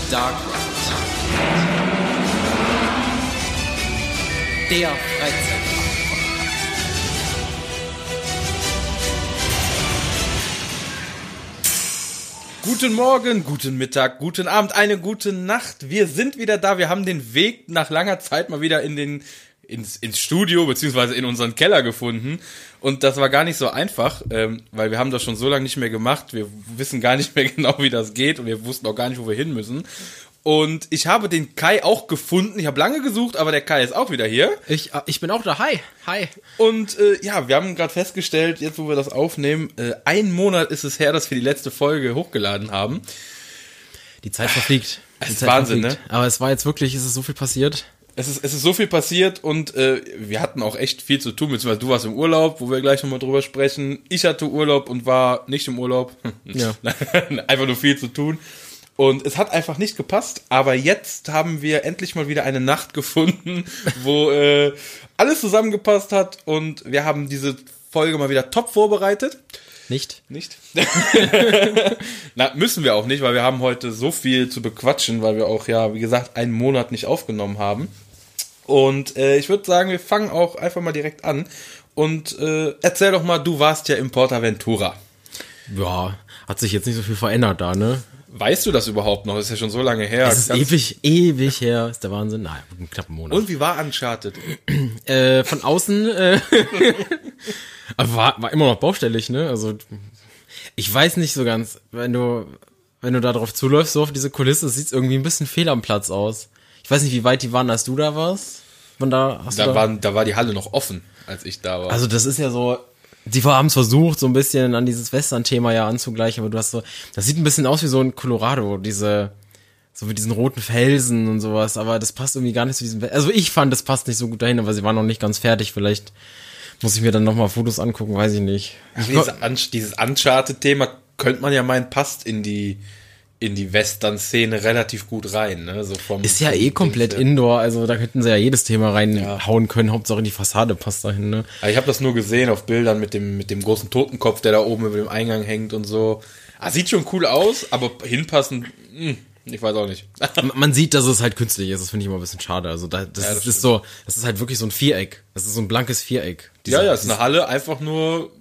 Darklight. Der Freizeitpark. Guten Morgen, guten Mittag, guten Abend, eine gute Nacht. Wir sind wieder da. Wir haben den Weg nach langer Zeit mal wieder ins Studio beziehungsweise in unseren Keller gefunden. Und das war gar nicht so einfach, weil wir haben das schon so lange nicht mehr gemacht. Wir wissen gar nicht mehr genau, wie das geht und wir wussten auch gar nicht, wo wir hin müssen. Und ich habe den Kai auch gefunden. Ich habe lange gesucht, aber der Kai ist auch wieder hier. Ich bin auch da. Hi. Und ja, wir haben gerade festgestellt, jetzt wo wir das aufnehmen, 1 Monat ist es her, dass wir die letzte Folge hochgeladen haben. Die Zeit verfliegt. Es ist Wahnsinn, ne? Aber es war jetzt wirklich, ist es so viel passiert. Es ist so viel passiert und wir hatten auch echt viel zu tun, beziehungsweise du warst im Urlaub, wo wir gleich nochmal drüber sprechen. Ich hatte Urlaub und war nicht im Urlaub. Ja. Einfach nur viel zu tun. Und es hat einfach nicht gepasst, aber jetzt haben wir endlich mal wieder eine Nacht gefunden, wo alles zusammengepasst hat und wir haben diese Folge mal wieder top vorbereitet. Nicht? Na, müssen wir auch nicht, weil wir haben heute so viel zu bequatschen, weil wir auch, ja, wie gesagt, 1 Monat nicht aufgenommen haben. Und ich würde sagen, wir fangen auch einfach mal direkt an. Und erzähl doch mal, du warst ja im PortAventura. Ja, hat sich jetzt nicht so viel verändert da, ne? Weißt du das überhaupt noch? Das ist ja schon so lange her. Es ist ewig her. Ist der Wahnsinn. Nein, einen knappen Monat. Und wie war Uncharted? Von außen aber war immer noch baustellig, ne? Also ich weiß nicht so ganz, wenn du da drauf zuläufst, so auf diese Kulisse, sieht's irgendwie ein bisschen fehl am Platz aus. Ich weiß nicht, wie weit die waren, als du da warst. Da war die Halle noch offen, als ich da war. Also das ist ja so, die haben es versucht, so ein bisschen an dieses Western-Thema ja anzugleichen, aber du hast so, das sieht ein bisschen aus wie so ein Colorado, so mit diesen roten Felsen und sowas, aber das passt irgendwie gar nicht zu diesem, also ich fand, das passt nicht so gut dahin, aber sie waren noch nicht ganz fertig, vielleicht muss ich mir dann nochmal Fotos angucken, weiß ich nicht. Dieses Uncharted-Thema könnte man ja meinen, passt in die Western-Szene relativ gut rein, ne? So ist ja komplett Indoor, also da könnten sie ja jedes Thema reinhauen können, Hauptsache die Fassade passt dahin, ne? Ich habe das nur gesehen auf Bildern mit dem großen Totenkopf, der da oben über dem Eingang hängt und so. Sieht schon cool aus, aber hinpassen, ich weiß auch nicht. Man sieht, dass es halt künstlich ist, das finde ich immer ein bisschen schade. Also das ist halt wirklich so ein Viereck. Das ist so ein blankes Viereck. Es ist eine Halle, einfach nur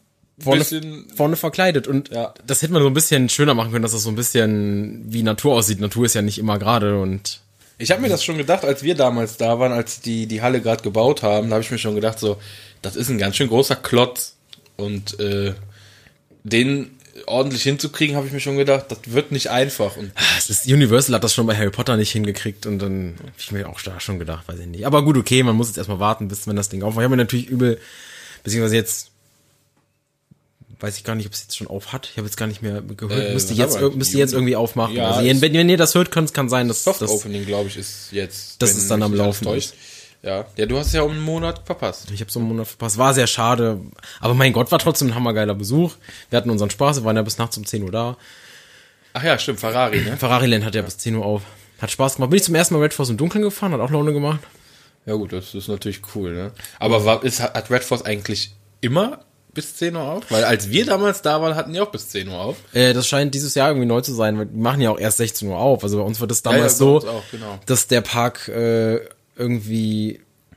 vorne verkleidet und das hätte man so ein bisschen schöner machen können, dass das so ein bisschen wie Natur aussieht. Natur ist ja nicht immer gerade und ich habe mir das schon gedacht, als wir damals da waren, als die Halle gerade gebaut haben, da habe ich mir schon gedacht, so, das ist ein ganz schön großer Klotz und den ordentlich hinzukriegen, habe ich mir schon gedacht, das wird nicht einfach. Und Universal hat das schon bei Harry Potter nicht hingekriegt und dann habe ich mir auch da schon gedacht, weiß ich nicht. Aber gut, okay, man muss jetzt erstmal warten, wenn das Ding aufmacht. Ich habe mir natürlich beziehungsweise jetzt weiß ich gar nicht, ob es jetzt schon auf hat. Ich habe jetzt gar nicht mehr gehört. Müsste jetzt irgendwie aufmachen. Ja, also wenn ihr das hört, kann sein, dass Soft Opening, glaube ich, ist jetzt. Das ist dann am Laufen. Ja, du hast es ja um einen Monat verpasst. Ich habe so einen Monat verpasst. War sehr schade. Aber mein Gott, war trotzdem ein hammergeiler Besuch. Wir hatten unseren Spaß. Wir waren ja bis nachts um 10 Uhr da. Ach ja, stimmt. Ferrari, ne? Ferrari Land hat ja bis 10 Uhr auf. Hat Spaß gemacht. Bin ich zum ersten Mal Red Force im Dunkeln gefahren. Hat auch Laune gemacht. Ja gut, das ist natürlich cool, ne? Aber hat Red Force eigentlich immer bis 10 Uhr auf? Weil als wir damals da waren, hatten die auch bis 10 Uhr auf. Das scheint dieses Jahr irgendwie neu zu sein, weil die machen ja auch erst 16 Uhr auf. Also bei uns war das damals so, auch, genau. Dass der Park irgendwie...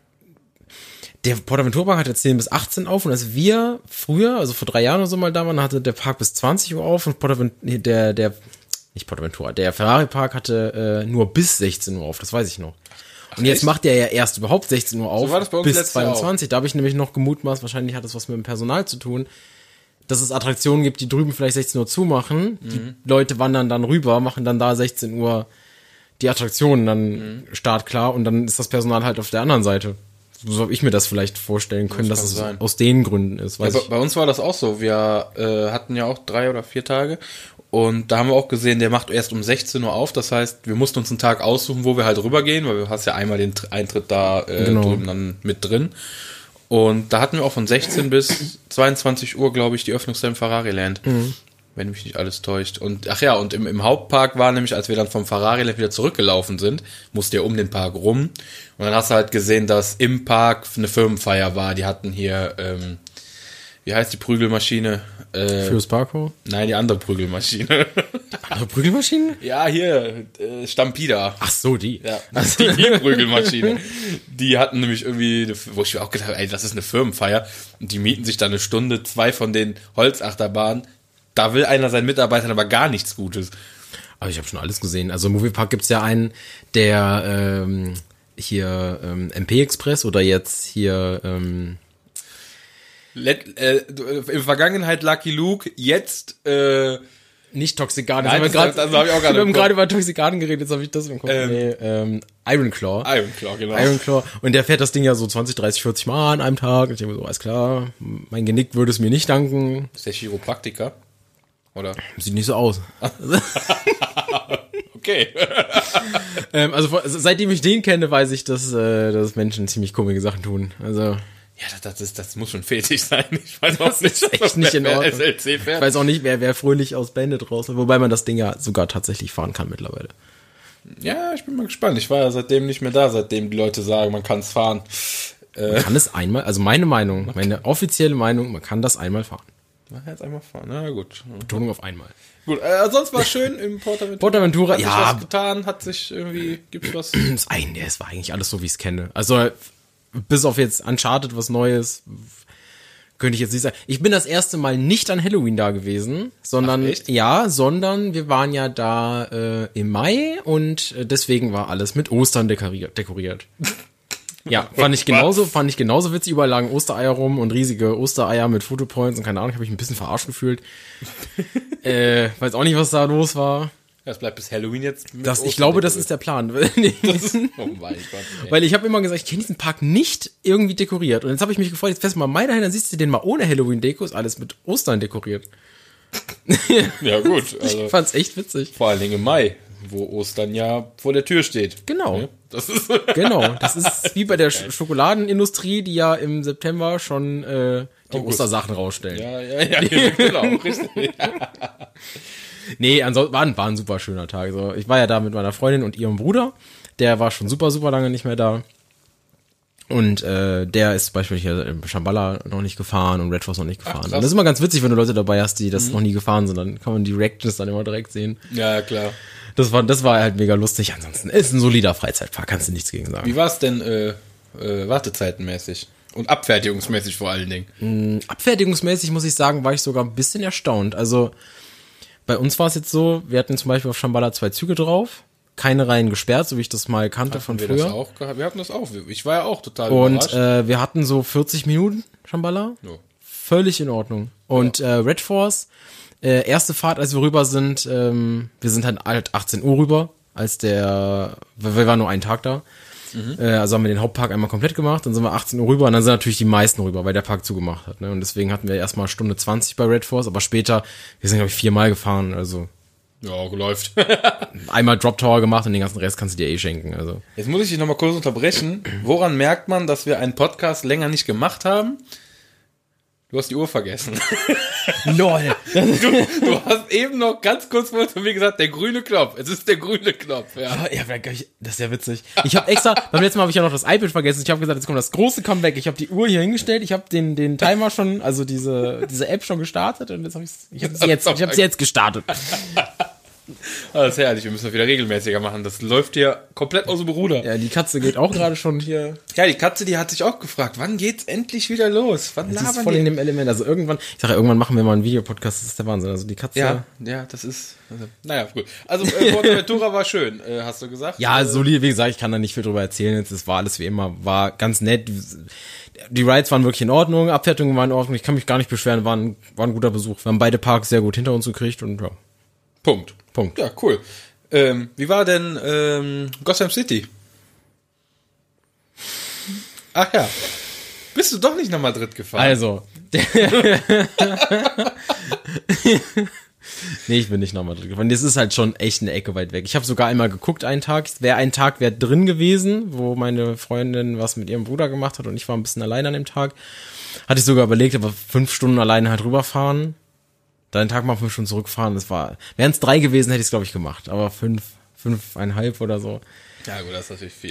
Der PortAventura Park hatte 10 bis 18 auf und als wir früher, also vor 3 Jahren oder so mal da waren, hatte der Park bis 20 Uhr auf und der Ferrari Park hatte nur bis 16 Uhr auf, das weiß ich noch. Und jetzt macht der ja erst überhaupt 16 Uhr auf, so war das bei uns bis 22. Da habe ich nämlich noch gemutmaßt, wahrscheinlich hat das was mit dem Personal zu tun, dass es Attraktionen gibt, die drüben vielleicht 16 Uhr zumachen. Die Leute wandern dann rüber, machen dann da 16 Uhr die Attraktionen dann startklar und dann ist das Personal halt auf der anderen Seite. So habe ich mir das vielleicht vorstellen können, dass es aus den Gründen ist. Ja, bei uns war das auch so. Wir hatten ja auch 3 oder 4 Tage und da haben wir auch gesehen, der macht erst um 16 Uhr auf. Das heißt, wir mussten uns einen Tag aussuchen, wo wir halt rübergehen, weil du hast ja einmal den Eintritt da drüben dann mit drin. Und da hatten wir auch von 16 bis 22 Uhr, glaube ich, die Öffnungszeit im Ferrari Land. Wenn mich nicht alles täuscht. Und und im Hauptpark war nämlich, als wir dann vom Ferrari Land wieder zurückgelaufen sind, musste ja um den Park rum. Und dann hast du halt gesehen, dass im Park eine Firmenfeier war. Die hatten hier Wie heißt die Prügelmaschine? Fürs Parkour? Nein, die andere Prügelmaschine. Andere Prügelmaschinen? Ja, hier, Stampida. Ach so, die. Ja, die Prügelmaschine. Die hatten nämlich irgendwie, wo ich mir auch gedacht habe, ey, das ist eine Firmenfeier. Und die mieten sich da eine Stunde, 2 von den Holzachterbahnen. Da will einer seinen Mitarbeitern aber gar nichts Gutes. Aber ich habe schon alles gesehen. Also im Moviepark gibt's ja einen, der hier MP Express oder jetzt hier In Vergangenheit Lucky Luke, jetzt nicht Toxic Garden. Nein, das hab ich auch wir haben gerade über Toxic Garden geredet, jetzt habe ich das im Kopf. Ironclaw. Ironclaw, genau. Ironclaw. Und der fährt das Ding ja so 20, 30, 40 Mal an einem Tag. Und ich denke mir so, alles klar, mein Genick würde es mir nicht danken. Ist der Chiropraktiker? Oder? Sieht nicht so aus. Okay. Also seitdem ich den kenne, weiß ich, dass Menschen ziemlich komische Sachen tun. Also Ja, das muss schon fetig sein. Ich weiß auch nicht, ist echt nicht in Ordnung. SLC fährt. Ich weiß auch nicht, wer fröhlich aus Bandit raus, wobei man das Ding ja sogar tatsächlich fahren kann mittlerweile. Ja, ich bin mal gespannt. Ich war ja seitdem nicht mehr da, seitdem die Leute sagen, man kann es fahren. Man kann es einmal, also meine Meinung, meine offizielle Meinung, man kann das einmal fahren. Man kann jetzt einmal fahren, na gut. Betonung auf einmal. Gut, sonst war es schön im Portaventura. Portaventura, hat sich ja. was getan, hat sich irgendwie, gibt's was? Es war eigentlich alles so, wie ich es kenne. Also, bis auf jetzt Uncharted was Neues, könnte ich jetzt nicht sagen. Ich bin das erste Mal nicht an Halloween da gewesen, sondern, Ach, echt? ja, sondern wir waren ja da im Mai und deswegen war alles mit Ostern dekoriert. Ja, fand ich genauso witzig. Überall lagen Ostereier rum und riesige Ostereier mit Fotopoints und keine Ahnung, habe ich ein bisschen verarscht gefühlt. Weiß auch nicht, was da los war. Das bleibt bis Halloween jetzt. Ich glaube, das ist der Plan. Oh mein Gott. Weil ich habe immer gesagt, ich kenne diesen Park nicht irgendwie dekoriert. Und jetzt habe ich mich gefreut, jetzt fährst du mal Mai dahin, dann siehst du den mal ohne Halloween-Deko, ist alles mit Ostern dekoriert. Ja gut, also Ich fand's echt witzig. vor allen Dingen im Mai, wo Ostern ja vor der Tür steht. Genau. Ja, das ist Genau, das ist wie bei der Schokoladenindustrie, die ja im September schon die Ostersachen rausstellen. ja, genau, richtig. Nee, ansonsten war ein super schöner Tag. Also, ich war ja da mit meiner Freundin und ihrem Bruder. Der war schon super, super lange nicht mehr da. Und der ist beispielsweise hier Shambhala noch nicht gefahren und Red Force noch nicht gefahren. Und das ist immer ganz witzig, wenn du Leute dabei hast, die das noch nie gefahren sind. Dann kann man die Reactions dann immer direkt sehen. Ja, klar. Das war halt mega lustig. Ansonsten ist ein solider Freizeitpark, kannst du nichts gegen sagen. Wie war es denn wartezeitenmäßig? Und abfertigungsmäßig vor allen Dingen? Abfertigungsmäßig muss ich sagen, war ich sogar ein bisschen erstaunt. Also bei uns war es jetzt so, wir hatten zum Beispiel auf Shambhala 2 Züge drauf, keine Reihen gesperrt, so wie ich das mal kannte von früher. Wir hatten das auch. Ich war ja auch total Und überrascht. wir hatten so 40 Minuten Shambhala. Ja. Völlig in Ordnung. Und Red Force, erste Fahrt, als wir rüber sind, wir sind halt 18 Uhr rüber, wir waren nur einen Tag da. Also haben wir den Hauptpark einmal komplett gemacht, dann sind wir 18 Uhr rüber und dann sind natürlich die meisten rüber, weil der Park zugemacht hat. Ne? Und deswegen hatten wir erstmal Stunde 20 bei Red Force, aber später, wir sind glaube ich 4-mal gefahren, also Ja, läuft. einmal Drop Tower gemacht und den ganzen Rest kannst du dir schenken. Also Jetzt muss ich dich nochmal kurz unterbrechen. Woran merkt man, dass wir einen Podcast länger nicht gemacht haben? Du hast die Uhr vergessen. LOL. Du hast eben noch ganz kurz vorher zu mir gesagt, der grüne Knopf. Es ist der grüne Knopf, ja. Ja, das ist ja witzig. Ich habe extra, beim letzten Mal habe ich ja noch das iPad vergessen. Ich habe gesagt, jetzt kommt das große Comeback. Ich habe die Uhr hier hingestellt. Ich habe den Timer schon, also diese App schon gestartet und jetzt ich habe sie jetzt gestartet. Das ist herrlich, wir müssen das wieder regelmäßiger machen. Das läuft hier komplett aus dem Ruder. Ja, die Katze geht auch gerade schon hier. Ja, die Katze, die hat sich auch gefragt, wann geht's endlich wieder los? Wann Die ist labern voll die? in dem Element. Also irgendwann machen wir mal einen Videopodcast. Das ist der Wahnsinn. Also die Katze. Ja, das ist, naja, gut. Also, Portaventura war schön, hast du gesagt? Ja, solide, wie gesagt, ich kann da nicht viel drüber erzählen. Jetzt, es war alles wie immer, war ganz nett. Die Rides waren wirklich in Ordnung, Abfertigungen waren in Ordnung. Ich kann mich gar nicht beschweren, war ein guter Besuch. Wir haben beide Parks sehr gut hinter uns gekriegt und ja. Punkt. Ja, cool. Wie war denn Gotham City? Ach ja. Bist du doch nicht nach Madrid gefahren? Also. Nee, ich bin nicht nach Madrid gefahren. Das ist halt schon echt eine Ecke weit weg. Ich habe sogar einmal geguckt, einen Tag. Ein Tag wäre drin gewesen, wo meine Freundin was mit ihrem Bruder gemacht hat und ich war ein bisschen allein an dem Tag. Hatte ich sogar überlegt, aber 5 Stunden alleine halt rüberfahren. Dann den Tag mal 5 Stunden zurückfahren. Wären es 3 gewesen, hätte ich es glaube ich gemacht. Aber 5,5 oder so. Ja gut, das ist natürlich viel.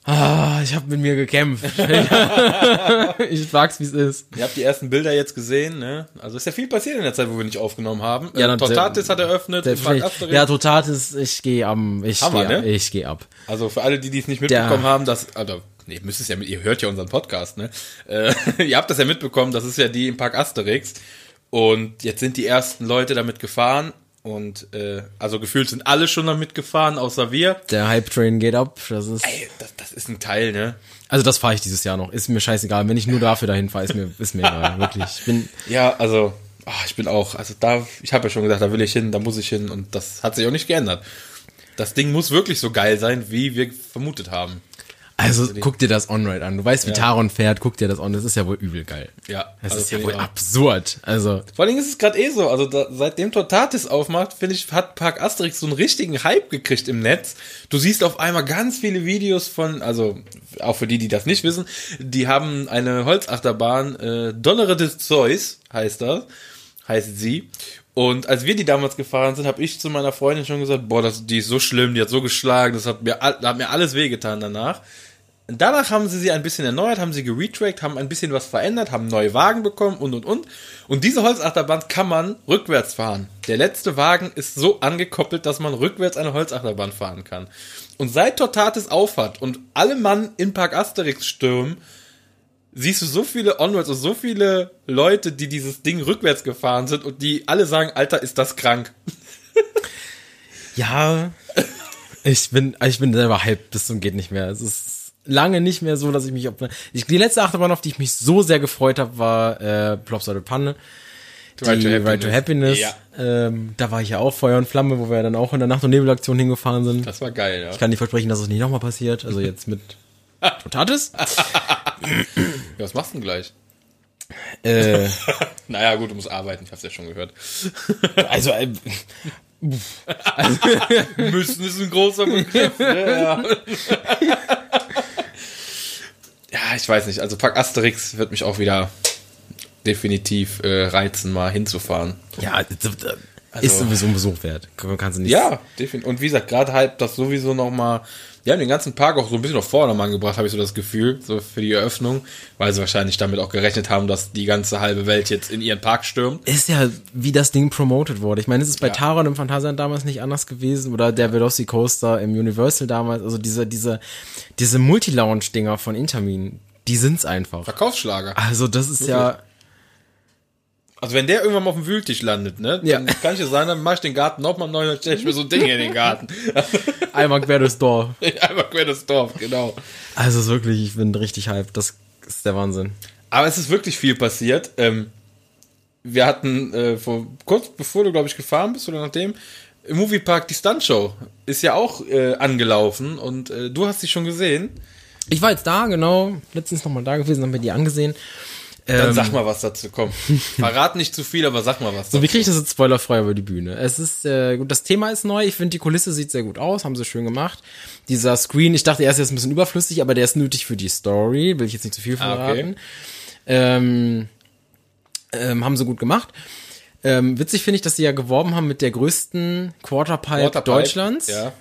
Ich habe mit mir gekämpft. Ich sag's, wie es ist. Ihr habt die ersten Bilder jetzt gesehen, ne? Also ist ja viel passiert in der Zeit, wo wir nicht aufgenommen haben. Ja, Totatis hat eröffnet. Ja, Totatis, ich gehe ab. Also für alle, die es nicht mitbekommen haben, ihr müsst es ja ihr hört ja unseren Podcast, ne? Ihr habt das ja mitbekommen, das ist ja die im Park Asterix. Und jetzt sind die ersten Leute damit gefahren. Und also gefühlt sind alle schon damit gefahren, außer wir. Der Hype-Train geht ab. Das ist ein Teil, ne? Also das fahre ich dieses Jahr noch. Ist mir scheißegal. Wenn ich nur dafür dahin fahre, ist mir egal. Wirklich. Ich bin auch, also ich habe ja schon gesagt, da will ich hin, da muss ich hin. Und das hat sich auch nicht geändert. Das Ding muss wirklich so geil sein, wie wir vermutet haben. Also guck dir das On-Ride an. Du weißt, wie Taron fährt, guck dir das on. Das ist ja wohl übel geil. Ja. Das ist ja wohl absurd. Also. Vor allem ist es gerade so. Also seitdem Totatis aufmacht, finde ich, hat Park Asterix so einen richtigen Hype gekriegt im Netz. Du siehst auf einmal ganz viele Videos also auch für die das nicht wissen, die haben eine Holzachterbahn, Donnere des Zeus heißt sie. Und als wir die damals gefahren sind, habe ich zu meiner Freundin schon gesagt, die ist so schlimm, die hat so geschlagen, das hat mir alles wehgetan danach. Danach haben sie ein bisschen erneuert, haben sie geretrackt, haben ein bisschen was verändert, haben neue Wagen bekommen und. Und diese Holzachterbahn kann man rückwärts fahren. Der letzte Wagen ist so angekoppelt, dass man rückwärts eine Holzachterbahn fahren kann. Und seit Totatis aufhat und alle Mann in Park Asterix stürmen, siehst du so viele Onwards und so viele Leute, die dieses Ding rückwärts gefahren sind und die alle sagen, Alter, ist das krank. Ja, ich bin selber hyped bis zum geht nicht mehr. Es ist lange nicht mehr so, dass ich mich die letzte Achterbahn, auf die ich mich so sehr gefreut habe, war Plopsa Panne. Ride to Happiness. Ja. Da war ich ja auch Feuer und Flamme, wo wir dann auch in der Nacht- und Nebelaktion hingefahren sind. Das war geil, ja. Ich kann nicht versprechen, dass es nicht nochmal passiert. Also jetzt mit Totatis. Ja, was machst du denn gleich? Naja, gut, du musst arbeiten, ich hab's ja schon gehört. Also müssen ist ein großer Begriff. Ja. Ja, ich weiß nicht. Also Park Asterix wird mich auch wieder definitiv reizen, mal hinzufahren. Ja, ist sowieso ein Besuch wert. Kannst du nicht. Ja, definitiv. Und wie gesagt, gerade halt das sowieso nochmal. Die haben den ganzen Park auch so ein bisschen auf Vordermann gebracht, habe ich so das Gefühl, so für die Eröffnung, weil sie wahrscheinlich damit auch gerechnet haben, dass die ganze halbe Welt jetzt in ihren Park stürmt. Ist ja, wie das Ding promoted wurde. Ich meine, es ist bei Taron im Phantasialand damals nicht anders gewesen oder der Velocicoaster im Universal damals. Also diese Multi-Lounge-Dinger von Intermin, die sind's einfach. Verkaufsschlager. Also das ist wirklich. Ja. Also wenn der irgendwann mal auf dem Wühltisch landet, ne, dann kann ich dir sagen, dann mach ich den Garten nochmal neu, dann stell ich mir so ein Ding in den Garten. Einmal quer durchs Dorf. Einmal quer durchs Dorf, genau. Also es ist wirklich, ich bin richtig hyped, das ist der Wahnsinn. Aber es ist wirklich viel passiert. Wir hatten, kurz bevor du, glaube ich, gefahren bist oder nachdem, im Moviepark die Stuntshow ist ja auch angelaufen und du hast sie schon gesehen. Ich war jetzt da, genau, letztens nochmal da gewesen, haben wir die angesehen. Dann sag mal was dazu, komm. Verrat nicht zu viel, aber sag mal was dazu. So, wie kriege ich das jetzt spoilerfrei über die Bühne? Es ist, gut, das Thema ist neu, ich finde, die Kulisse sieht sehr gut aus, haben sie schön gemacht. Dieser Screen, ich dachte erst, der ist ein bisschen überflüssig, aber der ist nötig für die Story, will ich jetzt nicht zu viel verraten. Okay. Haben sie gut gemacht. Witzig finde ich, dass sie ja geworben haben mit der größten Quarterpipe Deutschlands. Ja.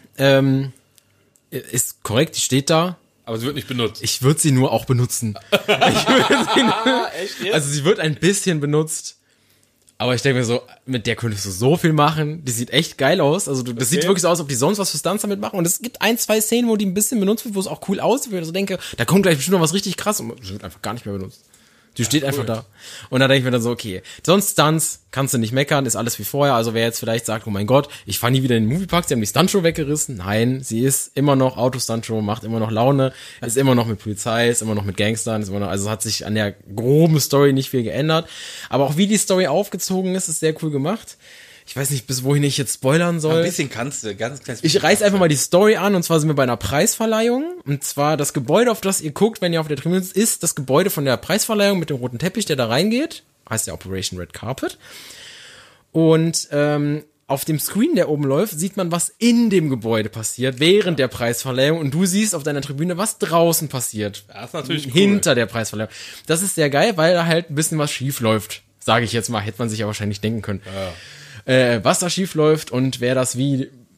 Ist korrekt, die steht da. Aber sie wird nicht benutzt. Ich würde sie nur auch benutzen. Echt jetzt? Also sie wird ein bisschen benutzt. Aber ich denke mir so, mit der könntest du so viel machen. Die sieht echt geil aus. Also das sieht wirklich so aus, als ob die sonst was für Stunts damit machen. Und es gibt 1, 2 Szenen, wo die ein bisschen benutzt wird, wo es auch cool aussieht. Wo ich so denke, da kommt gleich bestimmt noch was richtig krass. Und sie wird einfach gar nicht mehr benutzt. Die steht einfach da. Und da denke ich mir dann so, okay, sonst Stunts kannst du nicht meckern, ist alles wie vorher. Also wer jetzt vielleicht sagt, oh mein Gott, ich fahre nie wieder in den Moviepark, sie haben die Stuntshow weggerissen. Nein, sie ist immer noch Auto-Stuntshow, macht immer noch Laune, ist immer noch mit Polizei, ist immer noch mit Gangstern, ist immer noch, also hat sich an der groben Story nicht viel geändert. Aber auch wie die Story aufgezogen ist sehr cool gemacht. Ich weiß nicht, bis wohin ich jetzt spoilern soll. Ein bisschen kannst du, ganz kleines bisschen. Ich reiß einfach mal die Story an, und zwar sind wir bei einer Preisverleihung. Und zwar das Gebäude, auf das ihr guckt, wenn ihr auf der Tribüne sitzt, ist das Gebäude von der Preisverleihung mit dem roten Teppich, der da reingeht. Heißt ja Operation Red Carpet. Und auf dem Screen, der oben läuft, sieht man, was in dem Gebäude passiert, während der Preisverleihung. Und du siehst auf deiner Tribüne, was draußen passiert. Das ist natürlich cool. Hinter der Preisverleihung. Das ist sehr geil, weil da halt ein bisschen was schief läuft. Sage ich jetzt mal, hätte man sich ja wahrscheinlich denken können. Ja. Was da schief läuft und wer das wie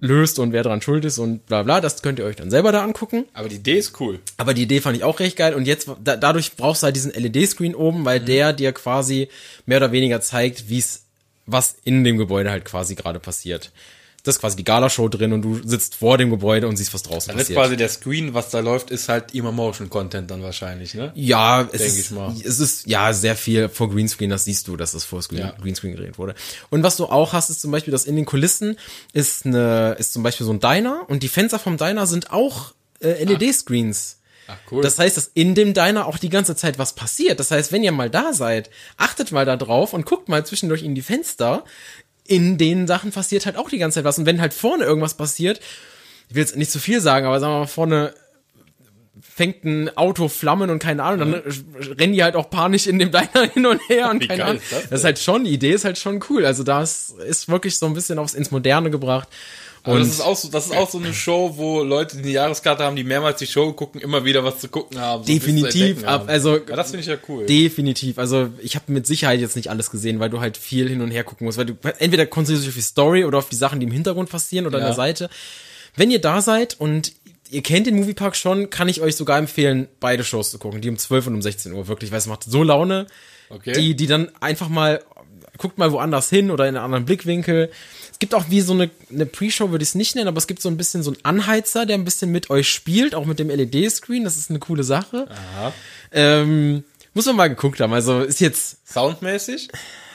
löst und wer dran schuld ist und bla bla, das könnt ihr euch dann selber da angucken. Aber die Idee ist cool. Aber die Idee fand ich auch recht geil und jetzt, dadurch brauchst du halt diesen LED-Screen oben, weil der dir quasi mehr oder weniger zeigt, was in dem Gebäude halt quasi gerade passiert. Das ist quasi die Gala-Show drin und du sitzt vor dem Gebäude und siehst, was draußen Dann passiert. ist quasi der Screen, was da läuft, ist halt immer Motion-Content dann wahrscheinlich, ne? Ja, es ist ja sehr viel vor Greenscreen, das siehst du, dass das vor Greenscreen gedreht wurde. Und was du auch hast, ist zum Beispiel, dass in den Kulissen ist zum Beispiel so ein Diner und die Fenster vom Diner sind auch LED-Screens. Ach, cool. Das heißt, dass in dem Diner auch die ganze Zeit was passiert. Das heißt, wenn ihr mal da seid, achtet mal da drauf und guckt mal zwischendurch in die Fenster. In den Sachen passiert halt auch die ganze Zeit was. Und wenn halt vorne irgendwas passiert, ich will jetzt nicht zu viel sagen, aber sagen wir mal, vorne fängt ein Auto Flammen und keine Ahnung, dann rennen die halt auch panisch in dem Diner hin und her und keine Ahnung. Das ist halt schon, die Idee ist halt schon cool. Also das ist wirklich so ein bisschen ins Moderne gebracht. Aber das ist auch so eine Show, wo Leute, die eine Jahreskarte haben, die mehrmals die Show gucken, immer wieder was zu gucken haben. So definitiv, also ja, das finde ich ja cool. Definitiv, also ich habe mit Sicherheit jetzt nicht alles gesehen, weil du halt viel hin und her gucken musst, weil du entweder konzentrierst dich auf die Story oder auf die Sachen, die im Hintergrund passieren oder an der Seite. Wenn ihr da seid und ihr kennt den Moviepark schon, kann ich euch sogar empfehlen, beide Shows zu gucken, die um 12 und um 16 Uhr, wirklich, weil es macht so Laune, die dann einfach mal, guckt mal woanders hin oder in einen anderen Blickwinkel. Es gibt auch wie so eine Pre-Show, würde ich es nicht nennen, aber es gibt so ein bisschen so einen Anheizer, der ein bisschen mit euch spielt, auch mit dem LED-Screen, das ist eine coole Sache. Aha. Muss man mal geguckt haben, also ist jetzt Soundmäßig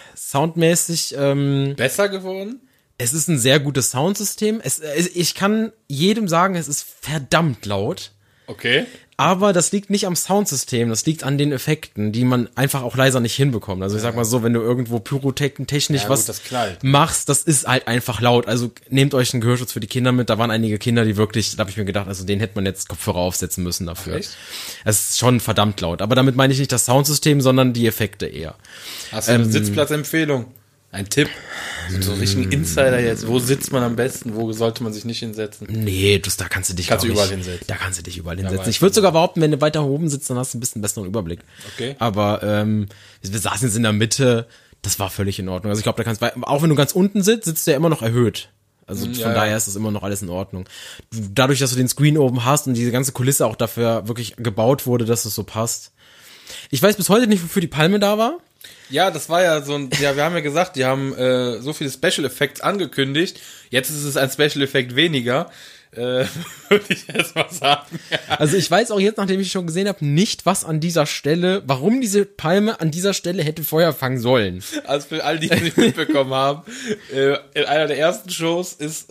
besser geworden? Es ist ein sehr gutes Soundsystem. Ich kann jedem sagen, es ist verdammt laut. Okay. Aber das liegt nicht am Soundsystem, das liegt an den Effekten, die man einfach auch leiser nicht hinbekommt. Also ich sag mal so, wenn du irgendwo pyrotechnisch was machst, das ist halt einfach laut. Also nehmt euch einen Gehörschutz für die Kinder mit. Da waren einige Kinder, die wirklich, da habe ich mir gedacht, also denen hätte man jetzt Kopfhörer aufsetzen müssen dafür. Echt? Es ist schon verdammt laut. Aber damit meine ich nicht das Soundsystem, sondern die Effekte eher. Hast du eine Sitzplatzempfehlung? Ein Tipp? So richtigen Insider jetzt. Wo sitzt man am besten? Wo sollte man sich nicht hinsetzen? Nee, da kannst du dich überall hinsetzen. Da kannst du dich überall hinsetzen. Ich würde sogar behaupten, wenn du weiter oben sitzt, dann hast du ein bisschen besseren Überblick. Okay. Aber wir saßen jetzt in der Mitte, das war völlig in Ordnung. Also ich glaube, auch wenn du ganz unten sitzt du ja immer noch erhöht. Also von daher ist das immer noch alles in Ordnung. Dadurch, dass du den Screen oben hast und diese ganze Kulisse auch dafür wirklich gebaut wurde, dass es so passt. Ich weiß bis heute nicht, wofür die Palme da war. Ja, das war ja so wir haben ja gesagt, die haben so viele Special Effects angekündigt. Jetzt ist es ein Special Effekt weniger, würde ich erst mal sagen. Also ich weiß auch jetzt, nachdem ich schon gesehen habe, nicht, warum diese Palme an dieser Stelle hätte Feuer fangen sollen. Also für all die nicht mitbekommen haben, in einer der ersten Shows ist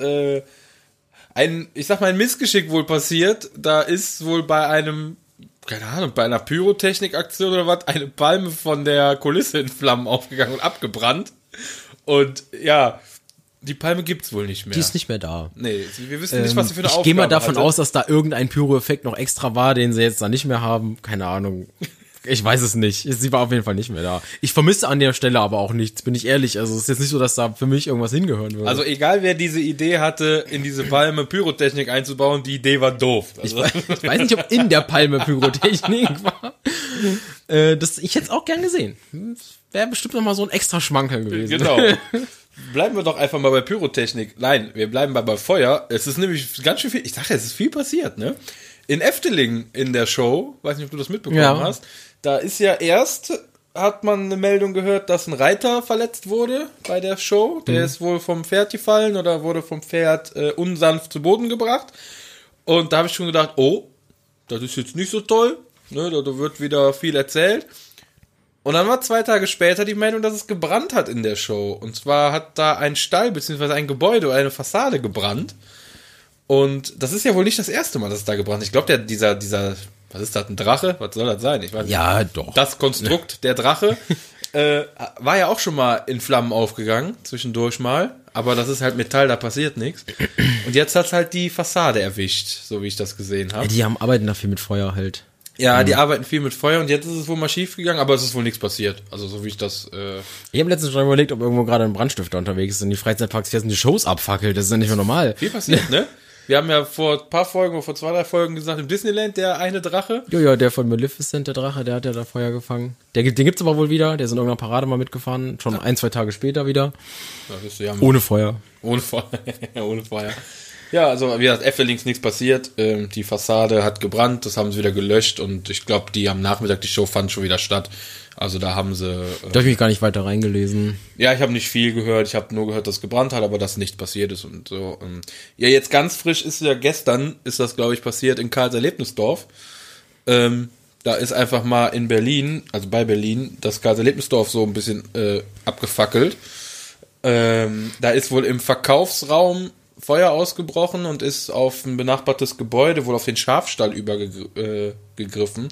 ein Missgeschick wohl passiert. Da ist wohl bei einer Pyrotechnik-Aktion oder was, eine Palme von der Kulisse in Flammen aufgegangen und abgebrannt. Und ja, die Palme gibt's wohl nicht mehr. Die ist nicht mehr da. Nee, wir wissen nicht, was sie für eine Aufgabe Ich gehe mal davon aus, dass da irgendein Pyro-Effekt noch extra war, den sie jetzt da nicht mehr haben. Keine Ahnung. Ich weiß es nicht. Sie war auf jeden Fall nicht mehr da. Ich vermisse an der Stelle aber auch nichts, bin ich ehrlich. Also es ist jetzt nicht so, dass da für mich irgendwas hingehören würde. Also egal, wer diese Idee hatte, in diese Palme Pyrotechnik einzubauen, die Idee war doof. Also ich weiß nicht, ob in der Palme Pyrotechnik war. Ich hätte es auch gern gesehen. Wäre bestimmt noch mal so ein extra Schmankerl gewesen. Genau. Bleiben wir doch einfach mal bei Pyrotechnik. Nein, wir bleiben bei Feuer. Es ist nämlich ganz schön viel, ich sag ja, es ist viel passiert, ne? In Efteling in der Show, weiß nicht, ob du das mitbekommen hast, da ist ja hat man eine Meldung gehört, dass ein Reiter verletzt wurde bei der Show. Der ist wohl vom Pferd gefallen oder wurde vom Pferd unsanft zu Boden gebracht. Und da habe ich schon gedacht, oh, das ist jetzt nicht so toll. Ne, da wird wieder viel erzählt. Und dann war 2 Tage später die Meldung, dass es gebrannt hat in der Show. Und zwar hat da ein Stall bzw. ein Gebäude oder eine Fassade gebrannt. Und das ist ja wohl nicht das erste Mal, dass es da gebrannt ist. Ich glaube, dieser, was ist das, ein Drache? Was soll das sein? Ich weiß nicht. Ja, doch. Das Konstrukt, der Drache, war ja auch schon mal in Flammen aufgegangen, zwischendurch mal. Aber das ist halt Metall, da passiert nichts. Und jetzt hat halt die Fassade erwischt, so wie ich das gesehen habe. Ja, die arbeiten da viel mit Feuer halt. Ja, die arbeiten viel mit Feuer und jetzt ist es wohl mal schief gegangen, aber es ist wohl nichts passiert. Also so wie ich das... Ich habe letztens schon überlegt, ob irgendwo gerade ein Brandstifter unterwegs ist und die Freizeitparks jetzt die Shows abfackelt. Das ist ja nicht mehr normal. Viel passiert, ne? Wir haben ja vor ein paar Folgen, vor 2, 3 Folgen gesagt, im Disneyland der eine Drache. Ja, der von Maleficent, der Drache, der hat ja da Feuer gefangen. Den gibt's aber wohl wieder, der ist in irgendeiner Parade mal mitgefahren, schon 1, 2 Tage später wieder. Ja, ohne Feuer. Ohne Feuer. Ohne Feuer. Ja, also wie gesagt, Eftelings nichts passiert. Die Fassade hat gebrannt, das haben sie wieder gelöscht und ich glaube, die am Nachmittag, die Show fand schon wieder statt. Also da haben sie... Da habe ich mich gar nicht weiter reingelesen. Ja, ich habe nicht viel gehört. Ich habe nur gehört, dass es gebrannt hat, aber dass nichts passiert ist und so. Ja, jetzt ganz frisch ist ja gestern, ist das, glaube ich, passiert in Karls-Erlebnisdorf. Da ist einfach mal in Berlin, also bei Berlin, das Karls-Erlebnisdorf so ein bisschen abgefackelt. Da ist wohl im Verkaufsraum Feuer ausgebrochen und ist auf ein benachbartes Gebäude, wohl auf den Schafstall übergegriffen.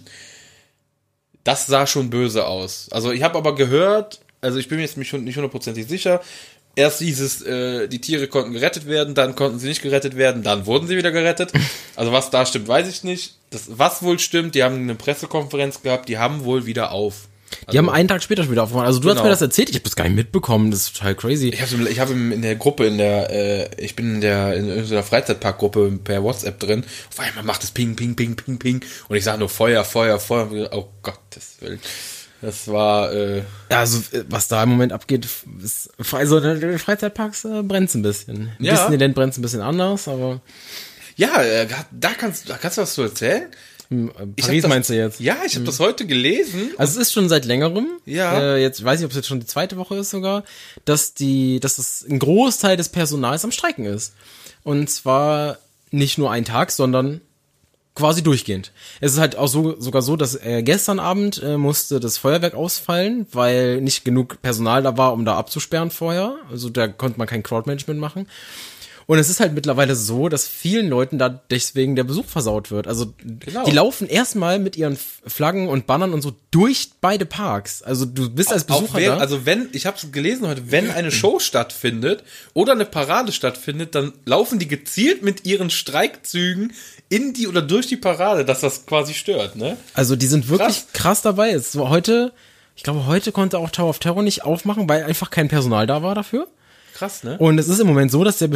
Das sah schon böse aus. Also ich habe aber gehört, also ich bin mir jetzt nicht hundertprozentig sicher, erst hieß es, die Tiere konnten gerettet werden, dann konnten sie nicht gerettet werden, dann wurden sie wieder gerettet. Also was da stimmt, weiß ich nicht. Was wohl stimmt, die haben eine Pressekonferenz gehabt, die haben wohl wieder auf. Also, die haben einen Tag später schon wieder aufgemacht. Also du hast mir das erzählt, ich habe das gar nicht mitbekommen, das ist total crazy. Ich habe in der Gruppe, ich bin in so einer Freizeitparkgruppe per WhatsApp drin. Auf einmal macht es Ping, Ping, Ping, Ping, Ping. Und ich sage nur Feuer, Feuer, Feuer. Oh Gottes Willen. Das war... Also was da im Moment abgeht, ist, also in den Freizeitparks brennt's ein bisschen. Ja. Disneyland brennt's ein bisschen anders, aber... Ja, da kannst du was zu erzählen? Paris meinst du jetzt? Ja, ich habe das heute gelesen. Also es ist schon seit längerem, Ja. Jetzt weiß ich, ob es jetzt schon die zweite Woche ist sogar, dass das ein Großteil des Personals am Streiken ist. Und zwar nicht nur ein Tag, sondern quasi durchgehend. Es ist halt auch sogar so, dass gestern Abend musste das Feuerwerk ausfallen, weil nicht genug Personal da war, um da abzusperren vorher. Also da konnte man kein Crowdmanagement machen. Und es ist halt mittlerweile so, dass vielen Leuten da deswegen der Besuch versaut wird. Also Genau. Die laufen erstmal mit ihren Flaggen und Bannern und so durch beide Parks. Also du bist als Besucher da. Also ich habe es gelesen heute, wenn eine Show stattfindet oder eine Parade stattfindet, dann laufen die gezielt mit ihren Streikzügen in die oder durch die Parade, dass das quasi stört, ne? Also die sind wirklich krass dabei. Es war heute konnte auch Tower of Terror nicht aufmachen, weil einfach kein Personal da war dafür. Krass, ne? Und es ist im Moment so, dass der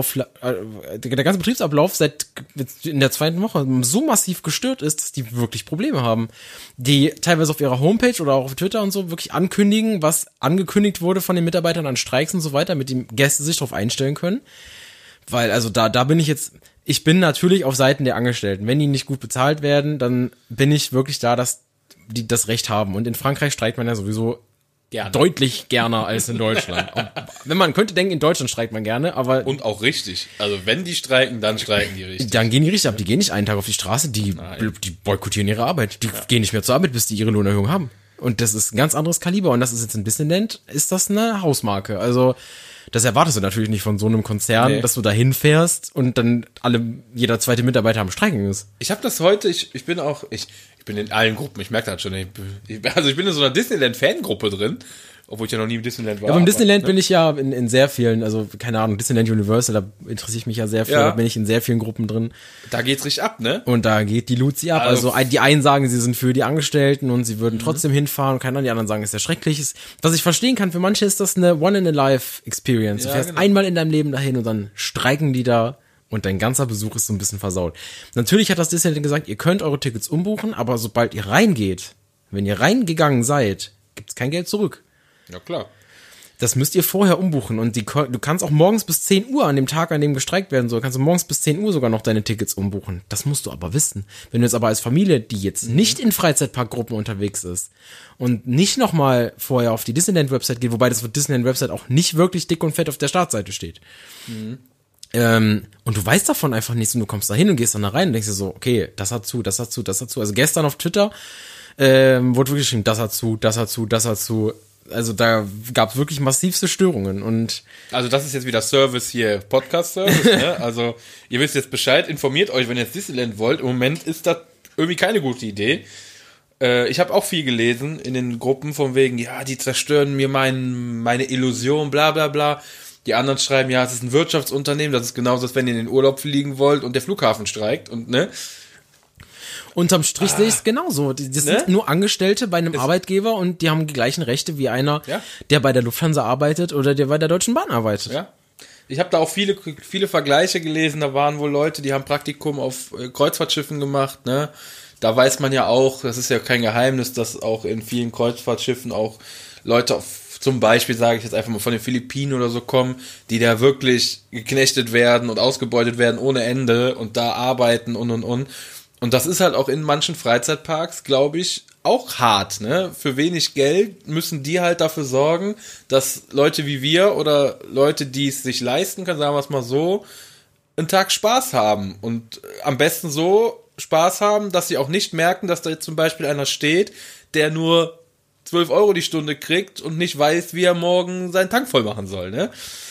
ganze Betriebsablauf in der zweiten Woche so massiv gestört ist, dass die wirklich Probleme haben. Die teilweise auf ihrer Homepage oder auch auf Twitter und so wirklich ankündigen, was angekündigt wurde von den Mitarbeitern an Streiks und so weiter, damit die Gäste sich darauf einstellen können. Weil, also da bin ich bin natürlich auf Seiten der Angestellten. Wenn die nicht gut bezahlt werden, dann bin ich wirklich da, dass die das Recht haben. Und in Frankreich streikt man ja sowieso deutlich gerne als in Deutschland. Wenn man könnte denken, in Deutschland streikt man gerne, aber... Und auch richtig. Also wenn die streiken, dann streiken die richtig. Dann gehen die richtig ab. Die gehen nicht einen Tag auf die Straße, die boykottieren ihre Arbeit. Die gehen nicht mehr zur Arbeit, bis die ihre Lohnerhöhung haben. Und das ist ein ganz anderes Kaliber. Und das ist jetzt ein Disneyland, ist das eine Hausmarke. Also das erwartest du natürlich nicht von so einem Konzern, dass du da hinfährst und dann jeder zweite Mitarbeiter am Streiken ist. Ich habe das heute, ich bin in allen Gruppen, ich merke das schon. Ich bin in so einer Disneyland-Fangruppe drin, obwohl ich ja noch nie im Disneyland war. Ja, beim Disneyland bin ich ja in sehr vielen, also keine Ahnung, Disneyland Universal, da interessiere ich mich ja sehr viel, da bin ich in sehr vielen Gruppen drin. Da geht's richtig ab, ne? Und da geht die Luzi ab. Also die einen sagen, sie sind für die Angestellten und sie würden trotzdem hinfahren und keine Ahnung, die anderen sagen, es ist ja schrecklich. Was ich verstehen kann, für manche ist das eine One-in-a-Life-Experience. Du fährst einmal in deinem Leben dahin und dann streiken die da. Und dein ganzer Besuch ist so ein bisschen versaut. Natürlich hat das Disneyland gesagt, ihr könnt eure Tickets umbuchen, aber sobald ihr reingeht, wenn ihr reingegangen seid, gibt's kein Geld zurück. Ja, klar. Das müsst ihr vorher umbuchen. Und du kannst auch morgens bis 10 Uhr an dem Tag, an dem gestreikt werden soll, kannst du morgens bis 10 Uhr sogar noch deine Tickets umbuchen. Das musst du aber wissen. Wenn du jetzt aber als Familie, die jetzt nicht in Freizeitparkgruppen unterwegs ist und nicht nochmal vorher auf die Disneyland-Website geht, wobei das für Disneyland-Website auch nicht wirklich dick und fett auf der Startseite steht. Und du weißt davon einfach nichts und du kommst da hin und gehst dann da rein und denkst dir so, okay, das hat zu, das hat zu, das hat zu. Also gestern auf Twitter wurde wirklich geschrieben, das hat zu, das hat zu, das hat zu. Also da gab es wirklich massivste Störungen und... Also das ist jetzt wieder Service hier, Podcast-Service, ne? Also ihr wisst jetzt Bescheid, informiert euch, wenn ihr jetzt Disneyland wollt. Im Moment ist das irgendwie keine gute Idee. Ich habe auch viel gelesen in den Gruppen von wegen, ja, die zerstören mir meine Illusion, bla bla bla. Die anderen schreiben, ja, es ist ein Wirtschaftsunternehmen, das ist genauso, als wenn ihr in den Urlaub fliegen wollt und der Flughafen streikt und ne. Unterm Strich sehe ich es genauso. Das sind nur Angestellte bei einem Arbeitgeber und die haben die gleichen Rechte wie einer, der bei der Lufthansa arbeitet oder der bei der Deutschen Bahn arbeitet. Ja. Ich habe da auch viele Vergleiche gelesen, da waren wohl Leute, die haben Praktikum auf Kreuzfahrtschiffen gemacht, ne. Da weiß man ja auch, das ist ja kein Geheimnis, dass auch in vielen Kreuzfahrtschiffen auch Leute zum Beispiel, sage ich jetzt einfach mal, von den Philippinen oder so kommen, die da wirklich geknechtet werden und ausgebeutet werden ohne Ende und da arbeiten und. Und das ist halt auch in manchen Freizeitparks, glaube ich, auch hart, ne? Für wenig Geld müssen die halt dafür sorgen, dass Leute wie wir oder Leute, die es sich leisten können, sagen wir es mal so, einen Tag Spaß haben. Und am besten so Spaß haben, dass sie auch nicht merken, dass da jetzt zum Beispiel einer steht, der nur 12 Euro die Stunde kriegt und nicht weiß, wie er morgen seinen Tank voll machen soll, ne?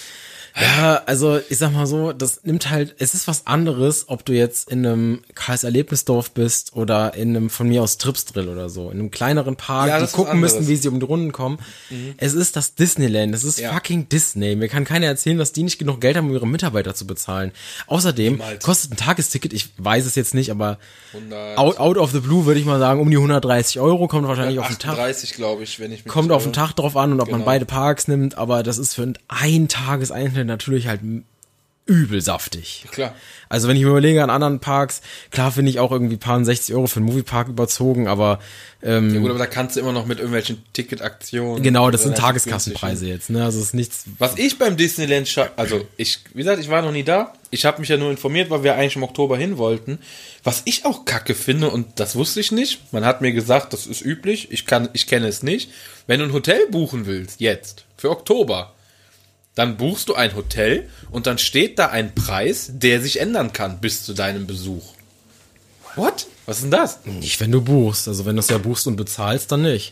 Ja, also ich sag mal so, das nimmt halt, es ist was anderes, ob du jetzt in einem Karls-Erlebnisdorf bist oder in einem von mir aus Tripsdrill oder so, in einem kleineren Park, Ja, die das ist gucken müssen, anderes. wie sie um die Runden kommen. Es ist das Disneyland, es ist Ja. fucking Disney. Mir kann keiner erzählen, dass die nicht genug Geld haben, um ihre Mitarbeiter zu bezahlen. Außerdem Niemals. kostet ein Tagesticket, ich weiß es jetzt nicht, aber 100, out of the blue würde ich mal sagen, um die 130 Euro, kommt wahrscheinlich auf den Tag. 38, glaube ich, wenn ich mich Kommt nicht auf den irre. Tag drauf an und ob man Genau. beide Parks nimmt, aber das ist für ein Tageseintritt natürlich halt übel saftig. Klar. Also wenn ich mir überlege an anderen Parks, klar finde ich auch irgendwie paar 60 Euro für einen Moviepark überzogen, aber Ja gut, aber da kannst du immer noch mit irgendwelchen Ticketaktionen. genau, das sind relativ Tageskassenpreise jetzt, ne? Also es ist nichts. Was ich beim Disneyland, wie gesagt, ich war noch nie da. Ich habe mich ja nur informiert, weil wir eigentlich im Oktober hin wollten. Was ich auch kacke finde, und das wusste ich nicht, man hat mir gesagt, das ist üblich, ich kenne es nicht. Wenn du ein Hotel buchen willst, jetzt, für Oktober, dann buchst du ein Hotel und dann steht da ein Preis, der sich ändern kann bis zu deinem Besuch. What? Was ist denn das? Nicht, wenn du buchst. Also wenn du es ja buchst und bezahlst, dann nicht.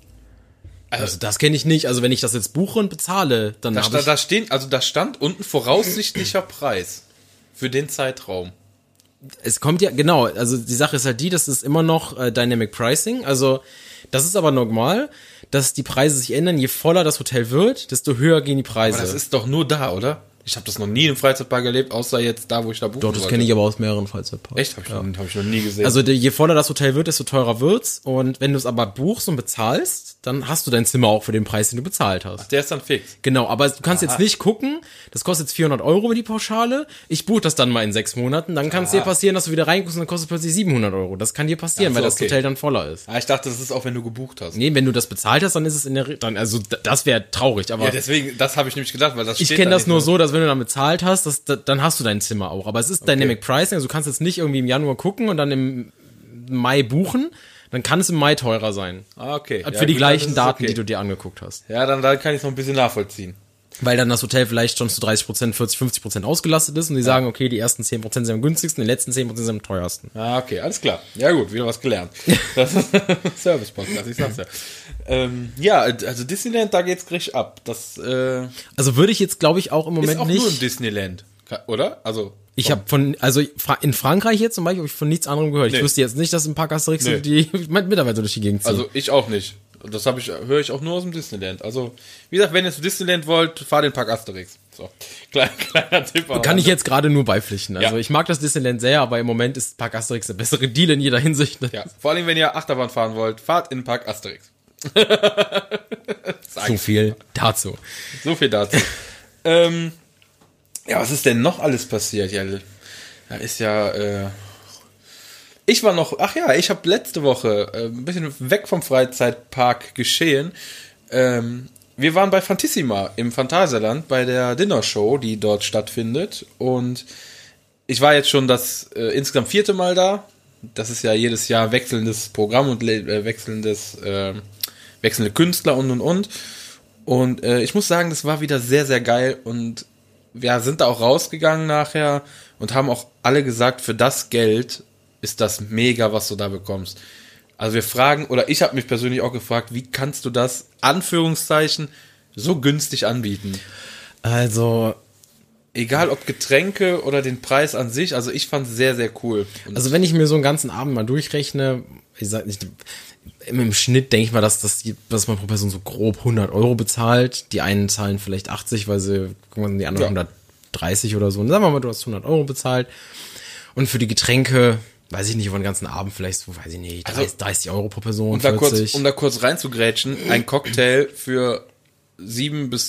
Also das kenne ich nicht. Also wenn ich das jetzt buche und bezahle, dann habe ich... Da stand unten voraussichtlicher Preis für den Zeitraum. Es kommt ja, genau, also die Sache ist halt die, das ist immer noch Dynamic Pricing, also das ist aber normal, dass die Preise sich ändern, je voller das Hotel wird, desto höher gehen die Preise. Aber das ist doch nur da, oder? Ich habe das noch nie im Freizeitpark erlebt, außer jetzt da, wo ich da buchen Doch, das wollte. kenne ich aber aus mehreren Freizeitparks. Echt? Hab ich noch nie gesehen. Also je voller das Hotel wird, desto teurer wird's. Und wenn du es aber buchst und bezahlst, dann hast du dein Zimmer auch für den Preis, den du bezahlt hast. der ist dann fix. Genau, aber du kannst jetzt nicht gucken, das kostet jetzt 400 Euro die Pauschale, ich buche das dann mal in 6 Monaten, dann kann es dir passieren, dass du wieder reinguckst und dann kostet plötzlich 700 Euro. Das kann dir passieren, Ach so, weil das okay. Hotel dann voller ist. Ah, ich dachte, das ist auch, wenn du gebucht hast. Nee, wenn du das bezahlt hast, dann ist es in der dann also das wäre traurig, aber Ja, deswegen, das habe ich nämlich gedacht, weil das ich steht kenne da das nicht nur so, dass wenn du dann bezahlt hast, dann hast du dein Zimmer auch, aber es ist Dynamic Pricing, also du kannst jetzt nicht irgendwie im Januar gucken und dann im Mai buchen, dann kann es im Mai teurer sein. Ah, okay. Für Ja, die gut, gleichen dann ist Daten, okay. die du dir angeguckt hast. Ja, dann kann ich es noch ein bisschen nachvollziehen. Weil dann das Hotel vielleicht schon zu 30%, 40, 50% ausgelastet ist und die sagen, okay, die ersten 10% sind am günstigsten, die letzten 10% sind am teuersten. Ah, okay, alles klar. Ja gut, wieder was gelernt. Das ist Service-Podcast, ich sag's ja. Ja, also Disneyland, da geht's richtig ab. Das Also würde ich jetzt, glaube ich, auch im ist Moment auch nur im nicht. Disneyland, oder? Also Ich habe in Frankreich jetzt zum Beispiel habe ich von nichts anderem gehört. Nee. Ich wusste jetzt nicht, dass ein paar Asterix Nee. sind, die Mitarbeiter durch die Gegend ziehen. Also ich auch nicht. Das höre ich auch nur aus dem Disneyland. Also, wie gesagt, wenn ihr zu Disneyland wollt, fahrt den Park Asterix. So, kleiner Tipp. Kann ich jetzt gerade nur beipflichten. Also Ja. ich mag das Disneyland sehr, aber im Moment ist Park Asterix der bessere Deal in jeder Hinsicht. Ja, vor allem, wenn ihr Achterbahn fahren wollt, fahrt in den Park Asterix. So viel dazu. So viel dazu. Ja, was ist denn noch alles passiert? Ja, da ist ja, ich war noch, ich habe letzte Woche ein bisschen weg vom Freizeitpark geschehen. Wir waren bei Fantissima im Phantasialand bei der Dinnershow, die dort stattfindet. Und ich war jetzt schon das insgesamt 4. Mal da. Das ist ja jedes Jahr wechselndes Programm und wechselnde Künstler und. Und ich muss sagen, das war wieder sehr, sehr geil. Und wir sind da auch rausgegangen nachher und haben auch alle gesagt, für das Geld ist das mega, was du da bekommst. Also wir fragen, oder ich habe mich persönlich auch gefragt, wie kannst du das, Anführungszeichen, so günstig anbieten? Also Egal ob Getränke oder den Preis an sich, also ich fand es sehr, sehr cool. Und wenn ich mir so einen ganzen Abend mal durchrechne, ich sag nicht, im Schnitt denke ich mal, dass man pro Person so grob 100 Euro bezahlt. Die einen zahlen vielleicht 80, weil die anderen 130 oder so. Und sagen wir mal, du hast 100 Euro bezahlt. Und für die Getränke, weiß ich nicht, über den ganzen Abend vielleicht so, weiß ich nicht, 30 Euro pro Person, um da 40. kurz reinzugrätschen, ein Cocktail für 7 bis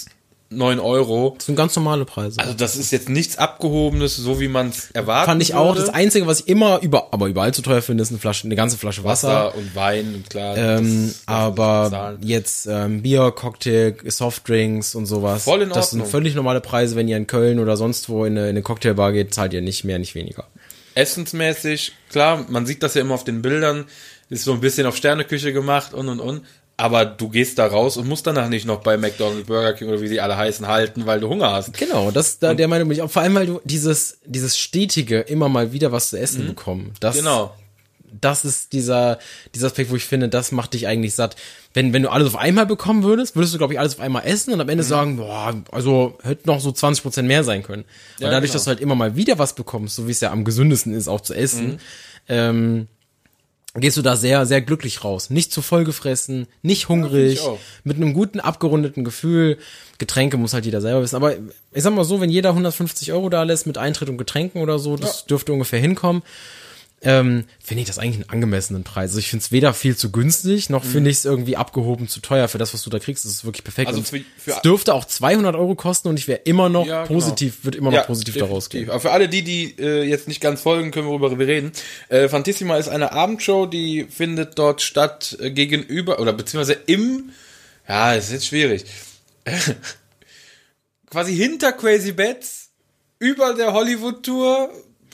9 Euro. Das sind ganz normale Preise. Also das ist jetzt nichts Abgehobenes, so wie man es erwartet. Fand ich auch. Das Einzige, was ich aber überall zu teuer finde, ist eine ganze Flasche Wasser. Und Wein, klar. Aber jetzt Bier, Cocktail, Softdrinks und sowas. Voll in Ordnung. Das sind völlig normale Preise. Wenn ihr in Köln oder sonst wo in eine Cocktailbar geht, zahlt ihr nicht mehr, nicht weniger. Essensmäßig, klar, man sieht das ja immer auf den Bildern, ist so ein bisschen auf Sterneküche gemacht und. Aber du gehst da raus und musst danach nicht noch bei McDonald's, Burger King oder wie sie alle heißen halten, weil du Hunger hast. Genau, der Meinung bin ich auch. Vor allem, weil du dieses stetige immer mal wieder was zu essen bekommen. Das ist dieser Aspekt, wo ich finde, das macht dich eigentlich satt. Wenn du alles auf einmal bekommen würdest du, glaube ich, alles auf einmal essen und am Ende sagen, boah, also hätte noch so 20% mehr sein können. Und dadurch, dass du halt immer mal wieder was bekommst, so wie es ja am gesündesten ist, auch zu essen, gehst du da sehr, sehr glücklich raus. Nicht zu voll gefressen, nicht hungrig, mit einem guten, abgerundeten Gefühl. Getränke muss halt jeder selber wissen. Aber ich sag mal so, wenn jeder 150 Euro da lässt mit Eintritt und Getränken oder so, das dürfte ungefähr hinkommen. Finde ich das eigentlich einen angemessenen Preis. Also ich finde es weder viel zu günstig, noch finde ich es irgendwie abgehoben zu teuer für das, was du da kriegst. Das ist wirklich perfekt. Also es dürfte auch 200 Euro kosten und ich wäre immer noch positiv, wird immer noch positiv da rausgehen. Aber für alle die jetzt nicht ganz folgen, können wir worüber wir reden. Fantissima ist eine Abendshow, die findet dort statt gegenüber, oder beziehungsweise ist jetzt schwierig, quasi hinter Crazy Bats, über der Hollywood-Tour.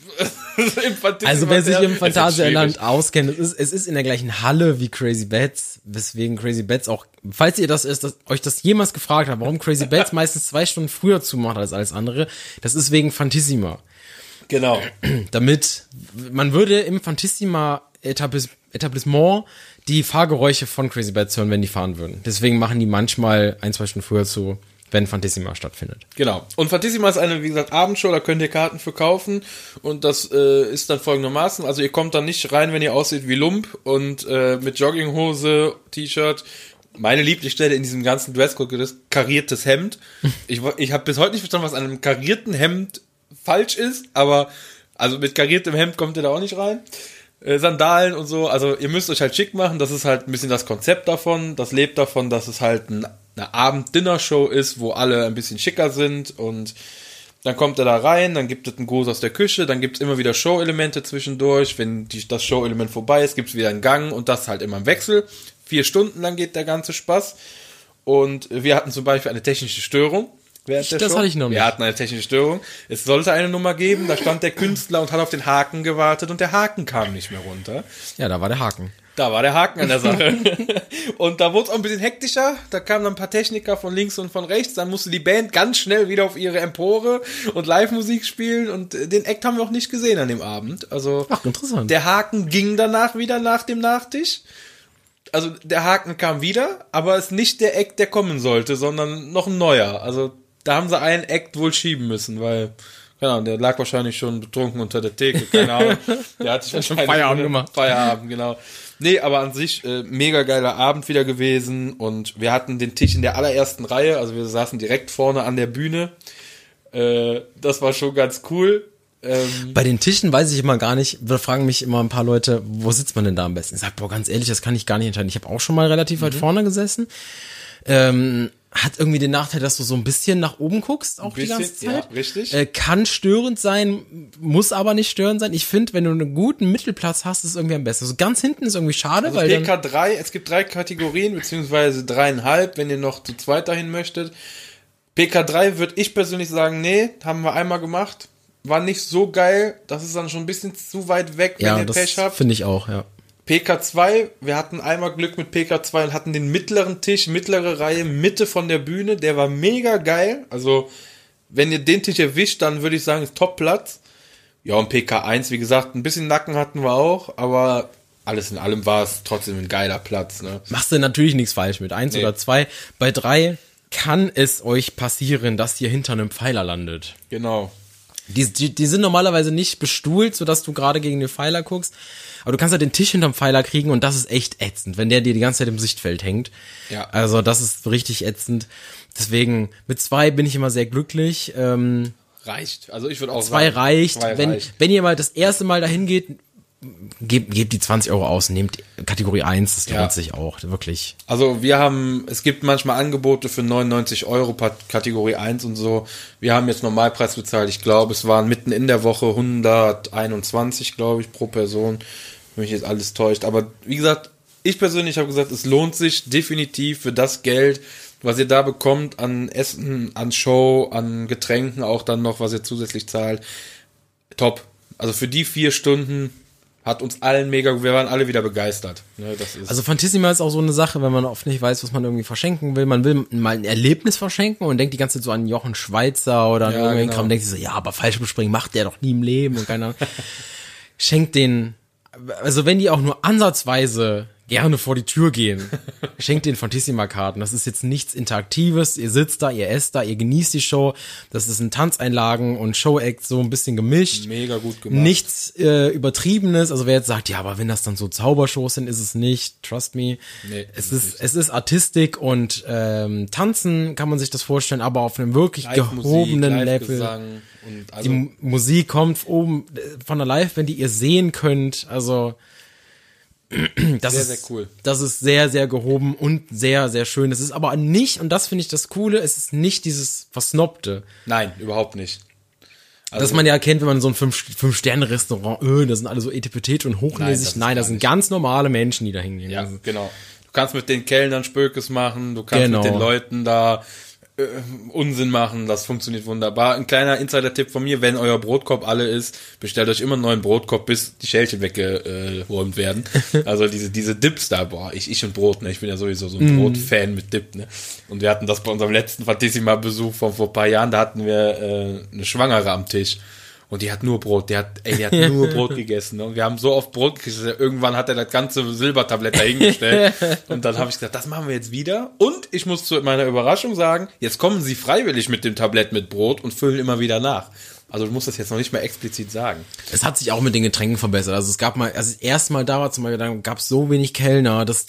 Also wer sich im Phantasialand auskennt, es ist in der gleichen Halle wie Crazy Bats, weswegen Crazy Bats auch, falls ihr euch das jemals gefragt habt, warum Crazy Bats meistens 2 Stunden früher zumacht als alles andere, das ist wegen Fantissima. Genau. Damit, man würde im Fantissima Etablissement die Fahrgeräusche von Crazy Bats hören, wenn die fahren würden. Deswegen machen die manchmal 1-2 Stunden früher zu, wenn Fantissima stattfindet. Genau. Und Fantissima ist eine, wie gesagt, Abendshow, da könnt ihr Karten für kaufen. Und das ist dann folgendermaßen, also ihr kommt dann nicht rein, wenn ihr aussieht wie Lump und mit Jogginghose, T-Shirt. Meine Lieblingsstelle in diesem ganzen Dresscode ist kariertes Hemd. Ich habe bis heute nicht verstanden, was an einem karierten Hemd falsch ist, aber also mit kariertem Hemd kommt ihr da auch nicht rein. Sandalen und so, also ihr müsst euch halt schick machen, das ist halt ein bisschen das Konzept davon, das lebt davon, dass es halt eine Abend-Dinner-Show ist, wo alle ein bisschen schicker sind und dann kommt er da rein, dann gibt es einen Gruß aus der Küche, dann gibt es immer wieder Show-Elemente zwischendurch, wenn das Show-Element vorbei ist, gibt es wieder einen Gang und das halt immer im Wechsel. 4 Stunden lang geht der ganze Spaß und wir hatten zum Beispiel eine technische Störung. Das hatte ich noch nicht. Wir hatten eine technische Störung. Es sollte eine Nummer geben, da stand der Künstler und hat auf den Haken gewartet und der Haken kam nicht mehr runter. Ja, da war der Haken. Da war der Haken an der Sache. Und da wurde es auch ein bisschen hektischer. Da kamen dann ein paar Techniker von links und von rechts. Dann musste die Band ganz schnell wieder auf ihre Empore und Live-Musik spielen. Und den Act haben wir auch nicht gesehen an dem Abend. Also, ach, interessant. Der Haken ging danach wieder nach dem Nachtisch. Also der Haken kam wieder, aber es ist nicht der Act, der kommen sollte, sondern noch ein neuer. Also da haben sie einen Act wohl schieben müssen, weil, keine Ahnung, der lag wahrscheinlich schon betrunken unter der Theke, keine Ahnung. Der hat sich schon Feierabend gemacht. Feierabend, genau. Nee, aber an sich mega geiler Abend wieder gewesen und wir hatten den Tisch in der allerersten Reihe, also wir saßen direkt vorne an der Bühne. Das war schon ganz cool. Bei den Tischen weiß ich immer gar nicht, da fragen mich immer ein paar Leute, wo sitzt man denn da am besten? Ich sag, boah, ganz ehrlich, das kann ich gar nicht entscheiden. Ich habe auch schon mal relativ weit vorne gesessen. Hat irgendwie den Nachteil, dass du so ein bisschen nach oben guckst, auch die ganze Zeit. Ja, richtig. Kann störend sein, muss aber nicht störend sein. Ich finde, wenn du einen guten Mittelplatz hast, ist es irgendwie am besten. Also ganz hinten ist irgendwie schade, also weil PK3, es gibt 3 Kategorien, beziehungsweise 3,5, wenn ihr noch zu zweit dahin möchtet. PK3 würde ich persönlich sagen, nee, haben wir einmal gemacht. War nicht so geil, das ist dann schon ein bisschen zu weit weg, wenn ihr Pech habt. Ja, das finde ich auch, ja. PK2, wir hatten einmal Glück mit PK2 und hatten den mittleren Tisch, mittlere Reihe, Mitte von der Bühne, der war mega geil, also wenn ihr den Tisch erwischt, dann würde ich sagen, ist Top-Platz. Ja, und PK1, wie gesagt, ein bisschen Nacken hatten wir auch, aber alles in allem war es trotzdem ein geiler Platz. Ne? Machst du natürlich nichts falsch mit 1 oder 2, bei 3 kann es euch passieren, dass ihr hinter einem Pfeiler landet. Genau. Die sind normalerweise nicht bestuhlt, sodass du gerade gegen den Pfeiler guckst. Aber du kannst halt den Tisch hinterm Pfeiler kriegen und das ist echt ätzend, wenn der dir die ganze Zeit im Sichtfeld hängt. Ja. Also das ist richtig ätzend. Deswegen, mit 2 bin ich immer sehr glücklich. Reicht. Also ich würde auch 2 reicht. Wenn ihr mal das erste Mal dahin geht, gebt die 20 Euro aus, nehmt Kategorie 1, das lohnt sich auch, wirklich. Also es gibt manchmal Angebote für 99 Euro Kategorie 1 und so. Wir haben jetzt Normalpreis bezahlt. Ich glaube, es waren mitten in der Woche 121, glaube ich, pro Person. Wenn mich jetzt alles täuscht. Aber wie gesagt, ich persönlich habe gesagt, es lohnt sich definitiv für das Geld, was ihr da bekommt an Essen, an Show, an Getränken auch dann noch, was ihr zusätzlich zahlt. Top. Also für die 4 Stunden hat uns allen mega, wir waren alle wieder begeistert. Ne, das ist also Fantissima ist auch so eine Sache, wenn man oft nicht weiß, was man irgendwie verschenken will. Man will mal ein Erlebnis verschenken und denkt die ganze Zeit so an Jochen Schweizer oder an irgendeinen Kram. Denkt sich so, ja, aber Fallschirmspringen macht der doch nie im Leben und keine Ahnung. Schenkt den, also wenn die auch nur ansatzweise gerne vor die Tür gehen, schenkt den Fantissima-Karten. Das ist jetzt nichts Interaktives. Ihr sitzt da, ihr esst da, ihr genießt die Show. Das ist ein Tanzeinlagen und Show-Act so ein bisschen gemischt. Mega gut gemacht. Nichts Übertriebenes. Also wer jetzt sagt, ja, aber wenn das dann so Zaubershows sind, ist es nicht. Trust me. Nee, es ist Artistik und Tanzen kann man sich das vorstellen, aber auf einem wirklich gehobenen Level. Und also die Musik kommt oben von der Live-Band, die ihr sehen könnt. Also das sehr cool. Das ist sehr, sehr gehoben und sehr, sehr schön. Es ist aber nicht, und das finde ich das Coole, es ist nicht dieses Versnobte. Nein, überhaupt nicht. Also, dass man ja kennt, wenn man in so ein 5-Sterne-Restaurant, da sind alle so etipetete und hochnäsig. Nein, das sind ganz normale Menschen, die da hingehen. Ja, genau. Du kannst mit den Kellnern Spökes machen, du kannst mit den Leuten da Unsinn machen, das funktioniert wunderbar. Ein kleiner Insider-Tipp von mir, wenn euer Brotkorb alle ist, bestellt euch immer einen neuen Brotkorb, bis die Schälchen weggeräumt werden. Also diese Dips da, ich und Brot, ne? Ich bin ja sowieso so ein Brot-Fan mit Dip, ne? Und wir hatten das bei unserem letzten Fantissima-Besuch von vor ein paar Jahren, da hatten wir eine Schwangere am Tisch. Und die hat nur Brot, die hat nur Brot gegessen. Ne? Und wir haben so oft Brot gegessen, irgendwann hat er das ganze Silbertablett da hingestellt. Und dann habe ich gesagt, das machen wir jetzt wieder. Und ich muss zu meiner Überraschung sagen, jetzt kommen sie freiwillig mit dem Tablett mit Brot und füllen immer wieder nach. Also du musst das jetzt noch nicht mehr explizit sagen. Es hat sich auch mit den Getränken verbessert. Also es gab mal, als ich erst mal da war, zum Beispiel, dann gab es so wenig Kellner, dass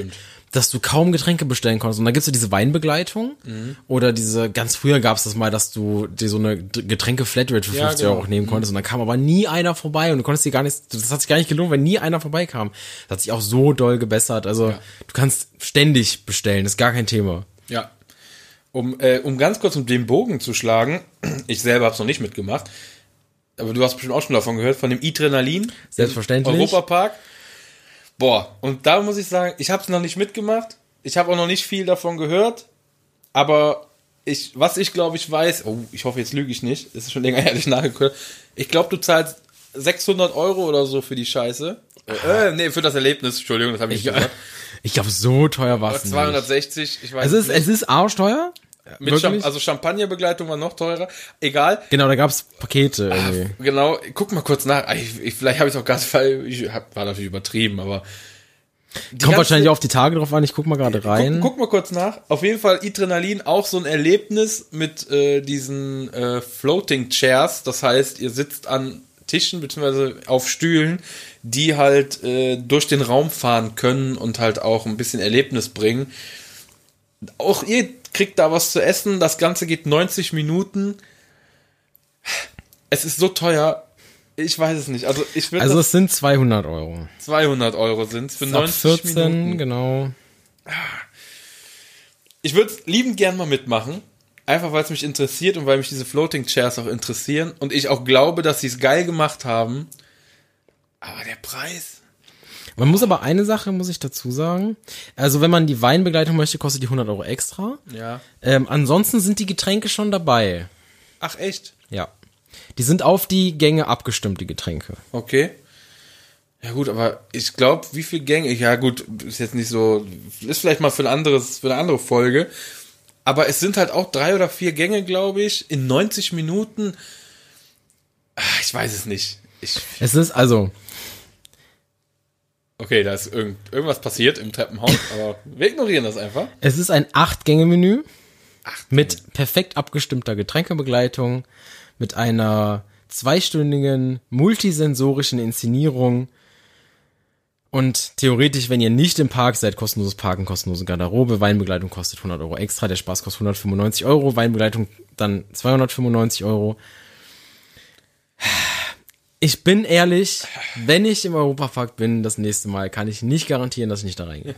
du kaum Getränke bestellen konntest. Und da gibt's ja diese Weinbegleitung oder ganz früher gab's das mal, dass du dir so eine Getränke-Flatrate für 50 Euro auch nehmen konntest und dann kam aber nie einer vorbei und du konntest das hat sich gar nicht gelohnt, wenn nie einer vorbeikam. Das hat sich auch so doll gebessert. Also du kannst ständig bestellen, ist gar kein Thema. Ja. Um ganz kurz den Bogen zu schlagen, ich selber hab's noch nicht mitgemacht, aber du hast bestimmt auch schon davon gehört, von dem Adrenalin. Selbstverständlich. Europapark. Boah, und da muss ich sagen, ich habe es noch nicht mitgemacht. Ich habe auch noch nicht viel davon gehört. Aber was ich glaube, ich weiß, ich hoffe, jetzt lüge ich nicht, das ist schon länger ehrlich nachgeguckt. Ich glaube, du zahlst 600 Euro oder so für die Scheiße. Für das Erlebnis, Entschuldigung, das habe ich nicht gesagt. Ich glaube, so teuer war es 260, ich weiß nicht. Es ist arschteuer. Also Champagnerbegleitung war noch teurer. Egal. Genau, da gab's Pakete irgendwie. Genau, guck mal kurz nach. Vielleicht habe ich auch ganz falsch. War natürlich übertrieben, aber kommt wahrscheinlich auf die Tage drauf an. Ich guck mal gerade rein. Guck mal kurz nach. Auf jeden Fall Adrenalin, auch so ein Erlebnis mit diesen Floating Chairs. Das heißt, ihr sitzt an Tischen beziehungsweise auf Stühlen, die halt durch den Raum fahren können und halt auch ein bisschen Erlebnis bringen. Auch ihr kriegt da was zu essen. Das Ganze geht 90 Minuten. Es ist so teuer. Ich weiß es nicht. Also es sind 200 Euro. 200 Euro sind es für 90 14, Minuten. Genau. Ich würde es liebend gern mal mitmachen. Einfach weil es mich interessiert und weil mich diese Floating Chairs auch interessieren. Und ich auch glaube, dass sie es geil gemacht haben. Aber der Preis... Man muss aber eine Sache, muss ich dazu sagen. Also wenn man die Weinbegleitung möchte, kostet die 100 Euro extra. Ja. Ansonsten sind die Getränke schon dabei. Ach, echt? Ja. Die sind auf die Gänge abgestimmt, die Getränke. Okay. Ja gut, aber ich glaube, wie viele Gänge... Ja gut, ist jetzt nicht so... Ist vielleicht mal für eine andere Folge. Aber es sind halt auch 3 oder 4 Gänge, glaube ich, in 90 Minuten. Ich weiß es nicht. Es ist also... Okay, da ist irgendwas passiert im Treppenhaus, aber wir ignorieren das einfach. Es ist ein 8-Gänge-Menü mit perfekt abgestimmter Getränkebegleitung, mit einer 2-stündigen multisensorischen Inszenierung und theoretisch, wenn ihr nicht im Park seid, kostenloses Parken, kostenlose Garderobe, Weinbegleitung kostet 100 Euro extra, der Spaß kostet 195 Euro, Weinbegleitung dann 295 Euro. Ich bin ehrlich, wenn ich im Europapark bin, das nächste Mal, kann ich nicht garantieren, dass ich nicht da reingehe.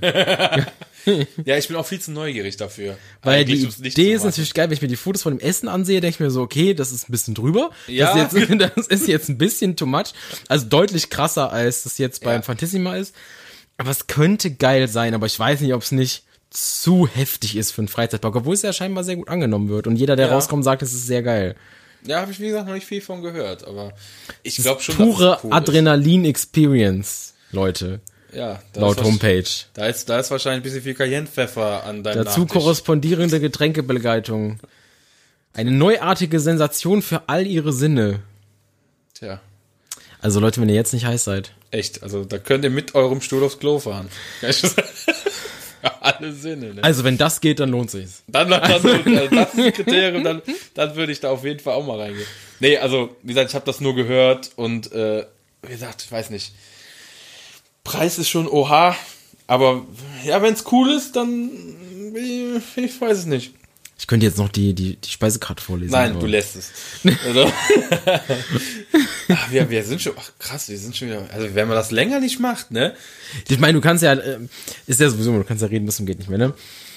Ja, ich bin auch viel zu neugierig dafür. Weil die Eigentlich, um's nicht Idee zu ist machen. natürlich geil, wenn ich mir die Fotos von dem Essen ansehe, denke ich mir so, okay, das ist ein bisschen drüber. Ja. Das ist jetzt ein bisschen too much. Also deutlich krasser, als das jetzt beim Ja. Fantissima ist. Aber es könnte geil sein, aber ich weiß nicht, ob es nicht zu heftig ist für einen Freizeitpark, obwohl es ja scheinbar sehr gut angenommen wird. Und jeder, der Ja. rauskommt, sagt, es ist sehr geil. Ja, habe ich wie gesagt noch nicht viel von gehört, aber ich glaube schon, Pure dass es cool Adrenalin-Experience, Leute, ist. Ja, laut Homepage. Da ist wahrscheinlich ein bisschen viel Cayennepfeffer an deinem Dazu Nachtisch. korrespondierende Getränkebegleitung. Eine neuartige Sensation für all ihre Sinne. Tja, Also Leute, wenn ihr jetzt nicht heiß seid. echt, also da könnt ihr mit eurem Stuhl aufs Klo fahren. Für alle Sinne, ne? Also wenn das geht, dann lohnt sich's. Dann das ist ein Kriterium, dann würde ich da auf jeden Fall auch mal reingehen. Nee, also, wie gesagt, ich habe das nur gehört und wie gesagt, ich weiß nicht. Preis ist schon oha, aber ja, wenn es cool ist, dann ich weiß es nicht. Ich könnte jetzt noch die Speisekarte vorlesen. Nein, aber- du lässt es. Also, ach, wir sind schon, ach krass, wir sind schon wieder, also wenn man das länger nicht macht, ne? Ich meine, du kannst ja, ist ja sowieso, du kannst ja reden bis zum geht nicht mehr, ne?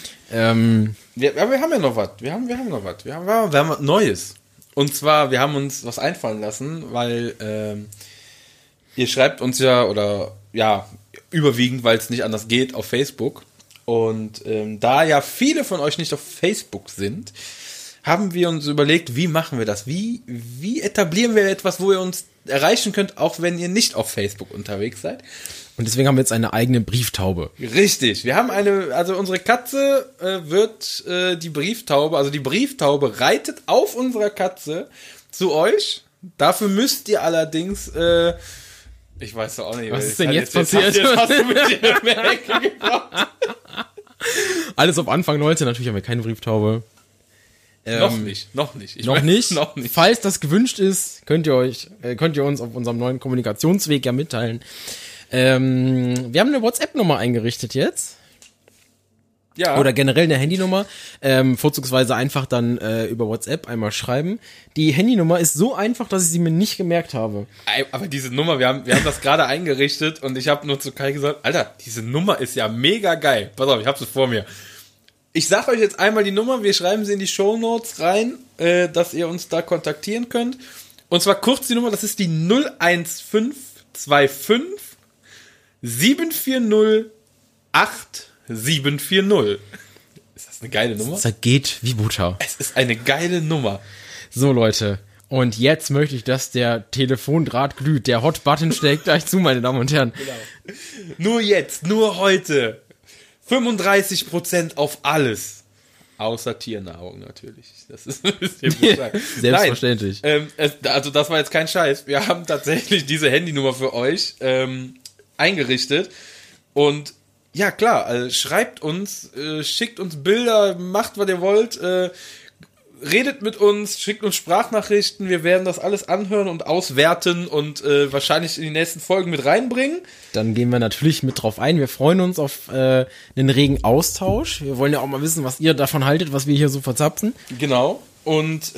Wir haben ja noch was. Wir haben noch was. Wir haben was Neues. Und zwar, wir haben uns was einfallen lassen, weil ihr schreibt uns ja, oder ja, überwiegend, weil es nicht anders geht, auf Facebook. Und da ja viele von euch nicht auf Facebook sind, haben wir uns überlegt, wie machen wir das? Wie etablieren wir etwas, wo ihr uns erreichen könnt, auch wenn ihr nicht auf Facebook unterwegs seid? Und deswegen haben wir jetzt eine eigene Brieftaube. Richtig, wir haben also unsere Katze wird die Brieftaube reitet auf unserer Katze zu euch. Dafür müsst ihr allerdings, ich weiß doch auch nicht. Was ist denn jetzt passiert? Jetzt hast du mich in der Ecke gebracht. Alles auf Anfang, Leute, natürlich haben wir keine Brieftaube. Noch nicht. Noch nicht? Noch nicht. Falls das gewünscht ist, könnt ihr uns auf unserem neuen Kommunikationsweg ja mitteilen. Wir haben eine WhatsApp-Nummer eingerichtet jetzt. Ja. Oder generell eine Handynummer. Vorzugsweise einfach dann über WhatsApp einmal schreiben. Die Handynummer ist so einfach, dass ich sie mir nicht gemerkt habe. Aber diese Nummer, wir haben das gerade eingerichtet und ich habe nur zu Kai gesagt, Alter, diese Nummer ist ja mega geil. Pass auf, ich habe sie vor mir. Ich sag euch jetzt einmal die Nummer, wir schreiben sie in die Shownotes rein, dass ihr uns da kontaktieren könnt. Und zwar kurz die Nummer, das ist die 01525 740 8740. Ist das eine geile Nummer? Das geht wie Butter. Es ist eine geile Nummer. So, Leute. Und jetzt möchte ich, dass der Telefondraht glüht. Der Hot-Button schlägt gleich zu, meine Damen und Herren. Nur jetzt, nur heute. 35% auf alles. Außer Tiernahrung natürlich. Das ist ein bisschen bescheuert. Selbstverständlich. Nein, also das war jetzt kein Scheiß. Wir haben tatsächlich diese Handynummer für euch eingerichtet. Und ja, klar, also schreibt uns, schickt uns Bilder, macht, was ihr wollt, redet mit uns, schickt uns Sprachnachrichten. Wir werden das alles anhören und auswerten und wahrscheinlich in die nächsten Folgen mit reinbringen. Dann gehen wir natürlich mit drauf ein. Wir freuen uns auf einen regen Austausch. Wir wollen ja auch mal wissen, was ihr davon haltet, was wir hier so verzapfen. Genau. Und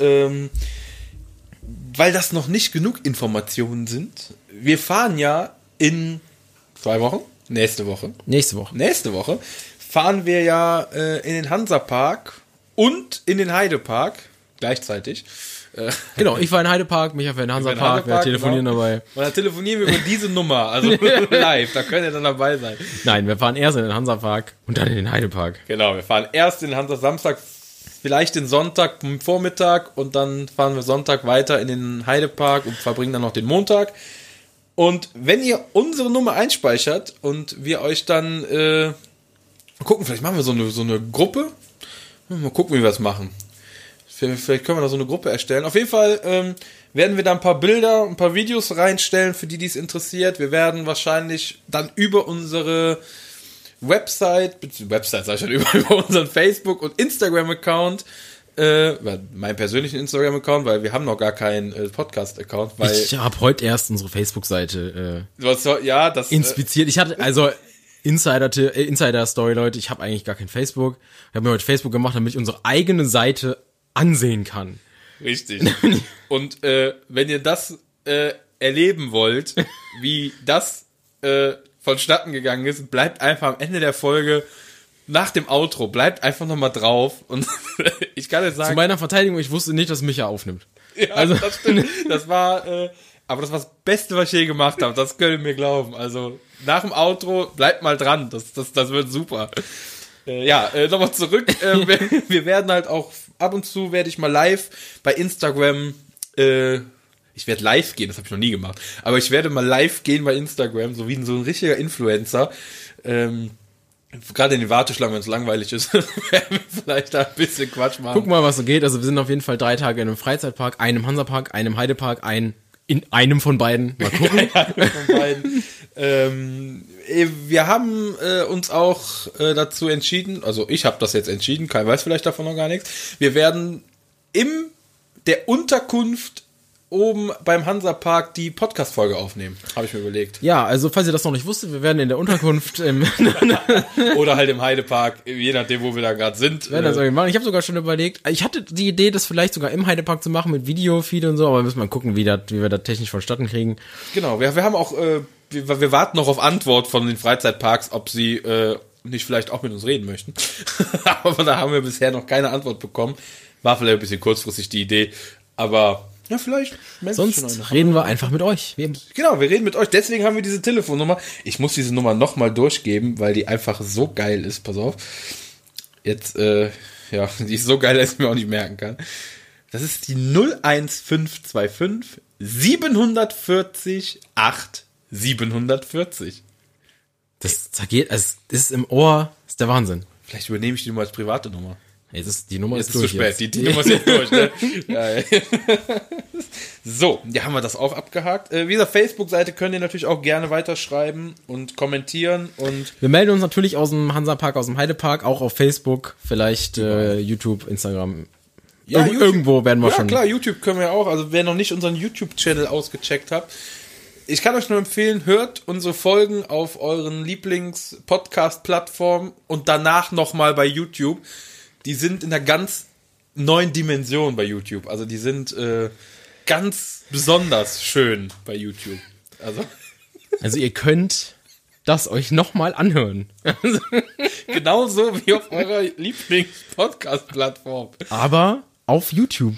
weil das noch nicht genug Informationen sind, wir fahren ja in 2 Wochen, nächste Woche fahren wir ja in den Hansapark und in den Heidepark gleichzeitig. Genau, ich war in Heidepark, Micha war in Hansapark, wir telefonieren genau. dabei. Und dann telefonieren wir über diese Nummer, also live, da könnt ihr dann dabei sein. Nein, wir fahren erst in den Hansapark und dann in den Heidepark. Genau, wir fahren erst in den Hansa Samstag, vielleicht den Sonntag Vormittag und dann fahren wir Sonntag weiter in den Heidepark und verbringen dann noch den Montag. Und wenn ihr unsere Nummer einspeichert und wir euch dann gucken, vielleicht machen wir so eine Gruppe. Mal gucken, wie wir das machen. Vielleicht können wir da so eine Gruppe erstellen. Auf jeden Fall werden wir da ein paar Bilder, ein paar Videos reinstellen, für die es interessiert. Wir werden wahrscheinlich dann über unsere Website sag ich schon, über unseren Facebook- und Instagram-Account, meinen persönlichen Instagram-Account, weil wir haben noch gar keinen Podcast-Account. Weil Ich habe heute erst unsere Facebook-Seite inspiziert. Ich hatte, also Insider-Story, Leute, ich habe eigentlich gar kein Facebook. Ich habe mir heute Facebook gemacht, damit ich unsere eigene Seite ansehen kann. Richtig. Und wenn ihr das erleben wollt, wie das vonstatten gegangen ist, bleibt einfach am Ende der Folge nach dem Outro, bleibt einfach nochmal drauf und ich kann jetzt sagen... Zu meiner Verteidigung, ich wusste nicht, dass Micha aufnimmt. Ja, also das stimmt. Das war, aber das war das Beste, was ich je gemacht habe. Das könnt ihr mir glauben. Also nach dem Outro bleibt mal dran. Das wird super. Nochmal zurück. Wir werden halt auch ab und zu werde ich mal live bei Instagram. Ich werde live gehen. Das habe ich noch nie gemacht. Aber ich werde mal live gehen bei Instagram, so wie so ein richtiger Influencer. Gerade in den Warteschlangen, wenn es langweilig ist, werden wir vielleicht da ein bisschen Quatsch machen. Guck mal, was so geht. Also wir sind auf jeden Fall 3 Tage in einem Freizeitpark, einem Hansapark, einem Heidepark, in einem von beiden. Mal gucken. Von beiden. Wir haben uns auch dazu entschieden, also ich habe das jetzt entschieden, Kai weiß vielleicht davon noch gar nichts. Wir werden in der Unterkunft oben beim Hansapark die Podcast-Folge aufnehmen, habe ich mir überlegt. Ja, also falls ihr das noch nicht wusstet, wir werden in der Unterkunft oder halt im Heidepark, je nachdem, wo wir da gerade sind. Werden das irgendwie machen. Ich habe sogar schon überlegt, ich hatte die Idee, das vielleicht sogar im Heidepark zu machen mit Videofeed und so, aber müssen wir mal gucken, wie wir das technisch vonstatten kriegen. Genau, wir haben auch, wir warten noch auf Antwort von den Freizeitparks, ob sie nicht vielleicht auch mit uns reden möchten. Aber da haben wir bisher noch keine Antwort bekommen. War vielleicht ein bisschen kurzfristig die Idee, aber ja, vielleicht. Sonst reden wir einfach mit euch. Genau, wir reden mit euch. Deswegen haben wir diese Telefonnummer. Ich muss diese Nummer nochmal durchgeben, weil die einfach so geil ist. Pass auf. Jetzt, die ist so geil, dass ich mir auch nicht merken kann. Das ist die 01525 740 8 740. Das geht, es ist im Ohr, ist der Wahnsinn. Vielleicht übernehme ich die Nummer als private Nummer. Die Nummer ist durch. Zu spät. Die Nummer ist jetzt durch, ne? Ja. So, ja, haben wir das auch abgehakt. Wie gesagt, Facebook-Seite könnt ihr natürlich auch gerne weiterschreiben und kommentieren und. Wir melden uns natürlich aus dem Hansapark, aus dem Heidepark, auch auf Facebook, vielleicht YouTube, Instagram. Ja, YouTube, irgendwo werden wir schon. Ja, klar, YouTube können wir auch. Also, wer noch nicht unseren YouTube-Channel ausgecheckt hat, ich kann euch nur empfehlen, hört unsere Folgen auf euren Lieblings-Podcast-Plattformen und danach nochmal bei YouTube. Die sind in einer ganz neuen Dimension bei YouTube. Also die sind ganz besonders schön bei YouTube. Also ihr könnt das euch nochmal anhören. Genauso wie auf eurer Lieblings-Podcast-Plattform. Aber auf YouTube.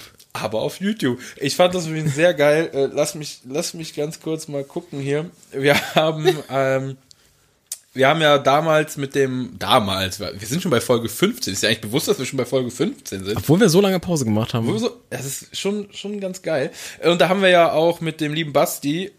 Ich fand das übrigens sehr geil. Lass mich ganz kurz mal gucken hier. Wir haben ja damals wir sind schon bei Folge 15. Ist ja eigentlich bewusst, dass wir schon bei Folge 15 sind. Obwohl wir so lange Pause gemacht haben. Das ist schon ganz geil. Und da haben wir ja auch mit dem lieben Basti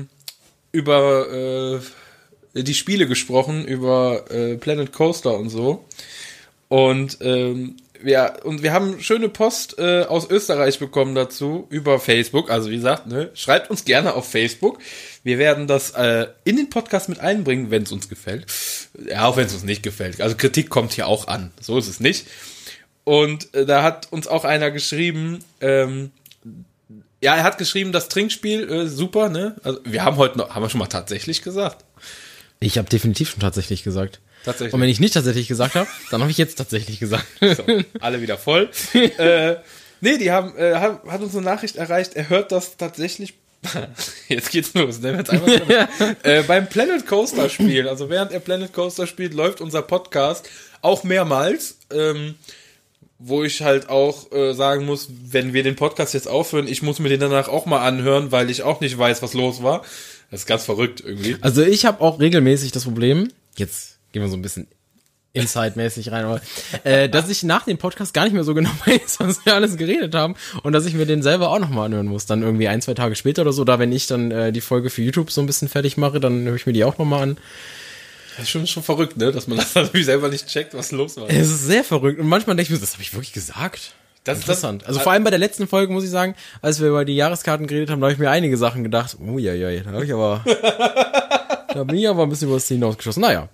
über die Spiele gesprochen, über Planet Coaster und so. Und wir haben schöne Post aus Österreich bekommen dazu über Facebook. Also wie gesagt, ne, schreibt uns gerne auf Facebook. Wir werden das in den Podcast mit einbringen, wenn es uns gefällt. Ja, auch wenn es uns nicht gefällt. Also Kritik kommt hier auch an. So ist es nicht. Und da hat uns auch einer geschrieben, er hat geschrieben, das Trinkspiel, super, ne? Also haben wir schon mal tatsächlich gesagt. Ich habe definitiv schon tatsächlich gesagt. Tatsächlich. Und wenn ich nicht tatsächlich gesagt habe, dann habe ich jetzt tatsächlich gesagt. So, alle wieder voll. Die hat uns eine Nachricht erreicht, er hört das tatsächlich. Jetzt geht's los, ne? Jetzt einfach beim Planet Coaster Spiel, also während er Planet Coaster spielt, läuft unser Podcast auch mehrmals, wo ich halt auch sagen muss, wenn wir den Podcast jetzt aufhören, ich muss mir den danach auch mal anhören, weil ich auch nicht weiß, was los war. Das ist ganz verrückt irgendwie. Also ich habe auch regelmäßig das Problem, jetzt gehen wir so ein bisschen Inside-mäßig rein, aber dass ich nach dem Podcast gar nicht mehr so genau weiß, was wir alles geredet haben und dass ich mir den selber auch nochmal anhören muss, dann irgendwie 1-2 Tage später oder so, da wenn ich dann die Folge für YouTube so ein bisschen fertig mache, dann höre ich mir die auch nochmal an. Das ist schon verrückt, ne, dass man das natürlich selber nicht checkt, was los war. Es ist sehr verrückt und manchmal denke ich mir, das habe ich wirklich gesagt? Das ist interessant. Also vor allem bei der letzten Folge muss ich sagen, als wir über die Jahreskarten geredet haben, da habe ich mir einige Sachen gedacht, da bin ich aber ein bisschen über das Ziel hinausgeschossen. Naja.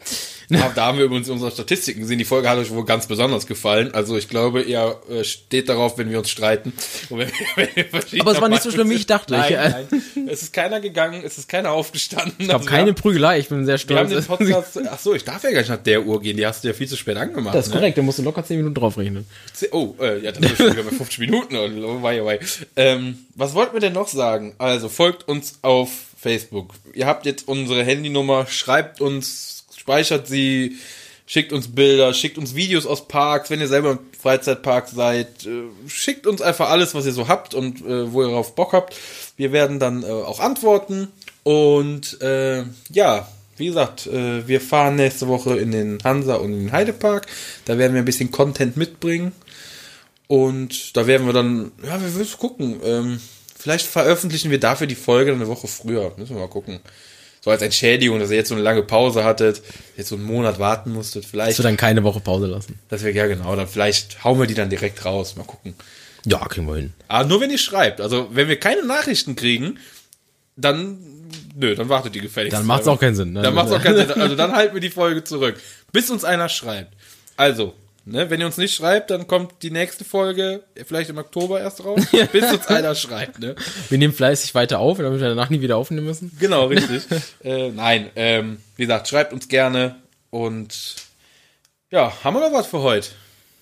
Da haben wir übrigens unsere Statistiken gesehen. Die Folge hat euch wohl ganz besonders gefallen. Also ich glaube, ihr steht darauf, wenn wir uns streiten. Und wenn wir Aber es war nicht so schlimm, wie ich dachte. Nein. Es ist keiner gegangen, es ist keiner aufgestanden. Ich habe keine Prügelei, ich bin sehr Wir haben stolz. den Podcast, ach so, ich darf ja gar nicht nach der Uhr gehen. Die hast du ja viel zu spät angemacht. Das ist korrekt, da musst du locker 10 Minuten draufrechnen. Ja, dann sind wir schon wieder bei 50 Minuten. Oh, wei. Was wollten wir denn noch sagen? Also, folgt uns auf Facebook. Ihr habt jetzt unsere Handynummer, schreibt uns, speichert sie, schickt uns Bilder, schickt uns Videos aus Parks, wenn ihr selber im Freizeitpark seid. Schickt uns einfach alles, was ihr so habt und wo ihr darauf Bock habt. Wir werden dann auch antworten. Und wie gesagt, wir fahren nächste Woche in den Hansa und in den Heidepark. Da werden wir ein bisschen Content mitbringen. Und da werden wir dann, wir müssen gucken. Vielleicht veröffentlichen wir dafür die Folge eine Woche früher. Müssen wir mal gucken. So als Entschädigung, dass ihr jetzt so eine lange Pause hattet, jetzt so einen Monat warten musstet. Vielleicht. Dass wir dann keine Woche Pause lassen. Das wäre ja genau. Dann vielleicht hauen wir die dann direkt raus. Mal gucken. Ja, kriegen wir hin. Aber nur wenn ihr schreibt. Also wenn wir keine Nachrichten kriegen, dann wartet die gefälligst. Dann macht's auch keinen Sinn. Ne? Dann macht's auch keinen Sinn. Also dann halten wir die Folge zurück. Bis uns einer schreibt. Also, wenn ihr uns nicht schreibt, dann kommt die nächste Folge vielleicht im Oktober erst raus. Bis uns einer schreibt, ne? Wir nehmen fleißig weiter auf, damit wir danach nie wieder aufnehmen müssen. Genau, richtig. Nein, wie gesagt, schreibt uns gerne. Und ja, haben wir noch was für heute?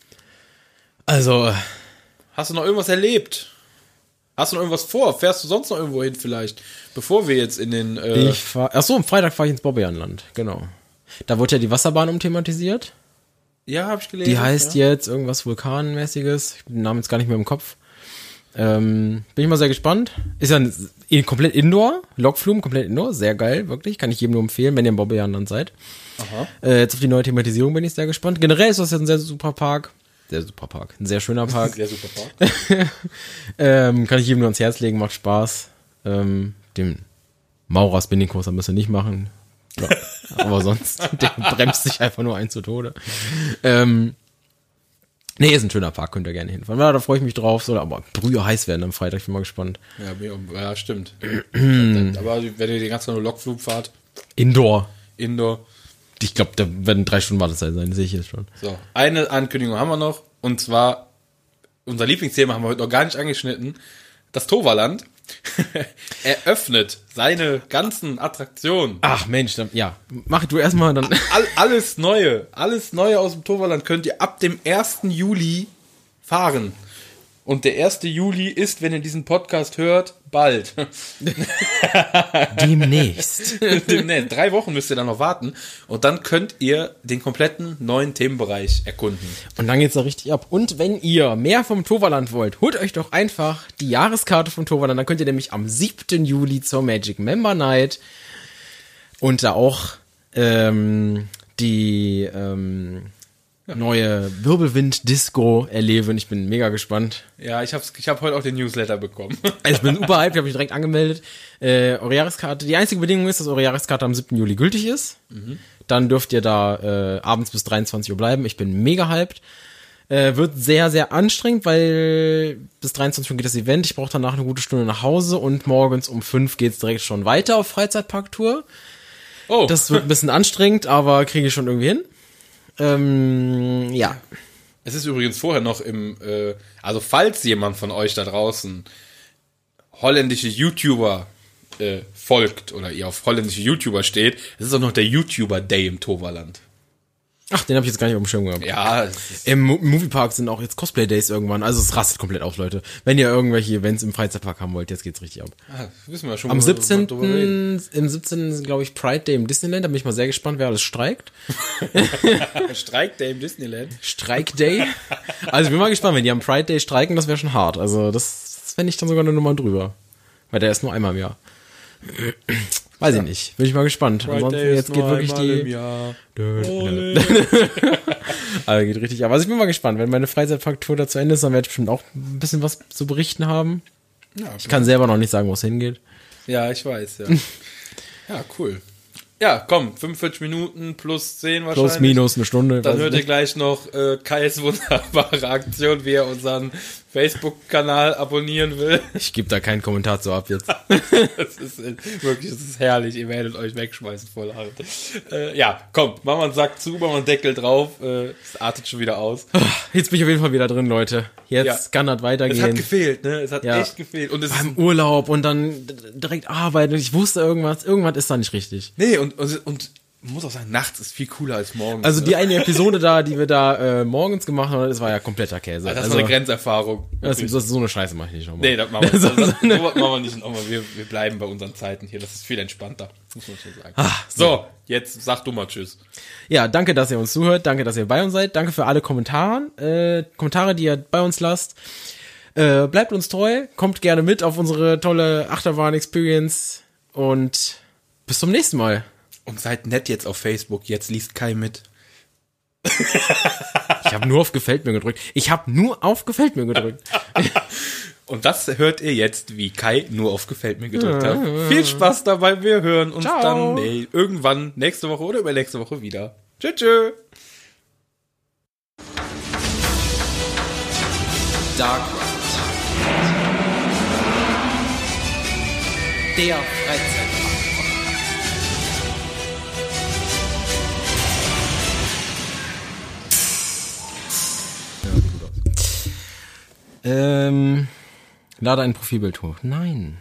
Also, hast du noch irgendwas erlebt? Hast du noch irgendwas vor? Fährst du sonst noch irgendwo hin vielleicht? Bevor wir jetzt in den... am Freitag fahre ich ins Bobbejahnland, genau. Da wurde ja die Wasserbahn umthematisiert. Ja, habe ich gelesen. Die heißt jetzt irgendwas Vulkanmäßiges. Ich habe den Namen jetzt gar nicht mehr im Kopf. Bin ich mal sehr gespannt. Ist ja komplett Indoor. Lokflug, komplett Indoor. Sehr geil, wirklich. Kann ich jedem nur empfehlen, wenn ihr im Bobbejahnland seid. Aha. Jetzt auf die neue Thematisierung bin ich sehr gespannt. Generell ist das jetzt ein sehr super Park. Ein sehr schöner Park. Sehr super Park. Kann ich jedem nur ans Herz legen, macht Spaß. Den Maurer Spinning Coaster müsst ihr nicht machen. Ja, aber sonst, der bremst sich einfach nur ein zu Tode. Ist ein schöner Park, könnt ihr gerne hinfahren. Ja, da freue ich mich drauf. Soll aber brühe heiß werden am Freitag, ich bin mal gespannt. Ja, stimmt. Aber wenn ihr den ganzen nur Lokflug fahrt. Indoor. Ich glaube, da werden 3 Stunden Wartezeit sein, sehe ich jetzt schon. So, eine Ankündigung haben wir noch. Und zwar, unser Lieblingsthema haben wir heute noch gar nicht angeschnitten. Das Toverland eröffnet seine ganzen Attraktionen. Ach Mensch, mach du erstmal dann. Alles Neue aus dem Toverland könnt ihr ab dem 1. Juli fahren. Und der 1. Juli ist, wenn ihr diesen Podcast hört, bald. Demnächst. 3 Wochen müsst ihr dann noch warten. Und dann könnt ihr den kompletten neuen Themenbereich erkunden. Und dann geht's da richtig ab. Und wenn ihr mehr vom Toverland wollt, holt euch doch einfach die Jahreskarte vom Toverland. Dann könnt ihr nämlich am 7. Juli zur Magic Member Night und da auch die neue Wirbelwind-Disco erleben. Ich bin mega gespannt. Ja, ich hab heute auch den Newsletter bekommen. Ich bin super hyped, ich habe mich direkt angemeldet. Eure Jahreskarte, die einzige Bedingung ist, dass eure Jahreskarte am 7. Juli gültig ist. Mhm. Dann dürft ihr da abends bis 23 Uhr bleiben. Ich bin mega hyped. Wird sehr, sehr anstrengend, weil bis 23 Uhr geht das Event. Ich brauche danach eine gute Stunde nach Hause und morgens um 5 geht's direkt schon weiter auf Freizeitpark-Tour. Oh. Das wird ein bisschen anstrengend, aber kriege ich schon irgendwie hin. Ja. Es ist übrigens vorher noch also falls jemand von euch da draußen holländische YouTuber folgt oder ihr auf holländische YouTuber steht, es ist auch noch der YouTuber Day im Toverland. Ach, den habe ich jetzt gar nicht auf dem Schirm gehabt. Ja. Im Moviepark sind auch jetzt Cosplay-Days irgendwann. Also es rastet komplett auf, Leute. Wenn ihr irgendwelche Events im Freizeitpark haben wollt, jetzt geht's richtig ab. Wissen wir schon. Am 17. Im 17. ist, glaube ich, Pride Day im Disneyland. Da bin ich mal sehr gespannt, wer alles streikt. Streik Day im Disneyland? Streik Day. Also ich bin mal gespannt, wenn die am Pride Day streiken, das wäre schon hart. Also das fände ich dann sogar eine Nummer drüber. Weil der ist nur einmal im Jahr. Weiß ich nicht. Bin ich mal gespannt. Ansonsten jetzt geht wirklich die... Also geht richtig ab. Also ich bin mal gespannt. Wenn meine Freizeitpark-Tour da zu Ende ist, dann werde ich bestimmt auch ein bisschen was zu berichten haben. Ja, ich kann selber noch nicht sagen, wo es hingeht. Ja, ich weiß, ja. Ja, cool. Ja, komm, 45 Minuten plus 10 wahrscheinlich. Plus, minus eine Stunde. Dann hört ihr gleich noch Kais wunderbare Aktion, wie er unseren Facebook-Kanal abonnieren will. Ich gebe da keinen Kommentar zu ab jetzt. Das ist wirklich, das ist herrlich. Ihr werdet euch wegschmeißen voll hart. Ja, komm, machen wir einen Sack zu, machen wir einen Deckel drauf. Es artet schon wieder aus. Jetzt bin ich auf jeden Fall wieder drin, Leute. Jetzt kann das weitergehen. Es hat gefehlt, ne? Es hat echt gefehlt. Und es beim Urlaub und dann direkt arbeiten. Und ich wusste irgendwas ist da nicht richtig. Nee, und man muss auch sagen, nachts ist viel cooler als morgens. Also die eine Episode da, die wir da morgens gemacht haben, das war ja kompletter Käse. Das war eine Grenzerfahrung. Das ist so eine Scheiße mache ich nicht nochmal. Nee, das machen wir, so machen wir nicht nochmal. Wir bleiben bei unseren Zeiten hier. Das ist viel entspannter, muss man schon sagen. So, jetzt sag du mal Tschüss. Ja, danke, dass ihr uns zuhört. Danke, dass ihr bei uns seid. Danke für alle Kommentare, die ihr bei uns lasst. Bleibt uns treu. Kommt gerne mit auf unsere tolle Achterbahn-Experience. Und bis zum nächsten Mal. Und seid nett jetzt auf Facebook, jetzt liest Kai mit. Ich habe nur auf Gefällt mir gedrückt. Und das hört ihr jetzt, wie Kai nur auf Gefällt mir gedrückt hat. Viel Spaß dabei, wir hören uns dann irgendwann nächste Woche oder übernächste Woche wieder. Tschüss. Dark Ride. Der Freizeitpark. Lade ein Profilbild hoch. Nein.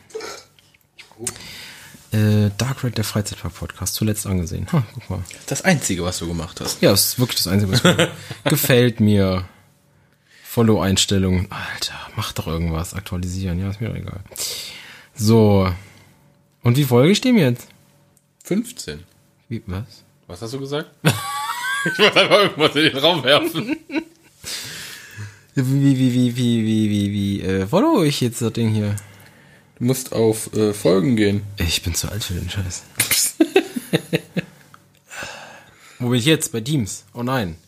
Dark Ride, der Freizeitpark-Podcast, zuletzt angesehen. Guck mal. Das Einzige, was du gemacht hast. Ja, das ist wirklich das Einzige, was mir gefällt mir. Follow-Einstellungen. Alter, mach doch irgendwas. Aktualisieren. Ja, ist mir doch egal. So. Und wie folge ich dem jetzt? 15. Wie, was? Was hast du gesagt? Ich wollte einfach irgendwas in den Raum werfen. Wie follow ich jetzt das Ding hier? Du musst auf Folgen gehen. Ich bin zu alt für den Scheiß. Wo bin ich jetzt? Bei Teams? Oh nein.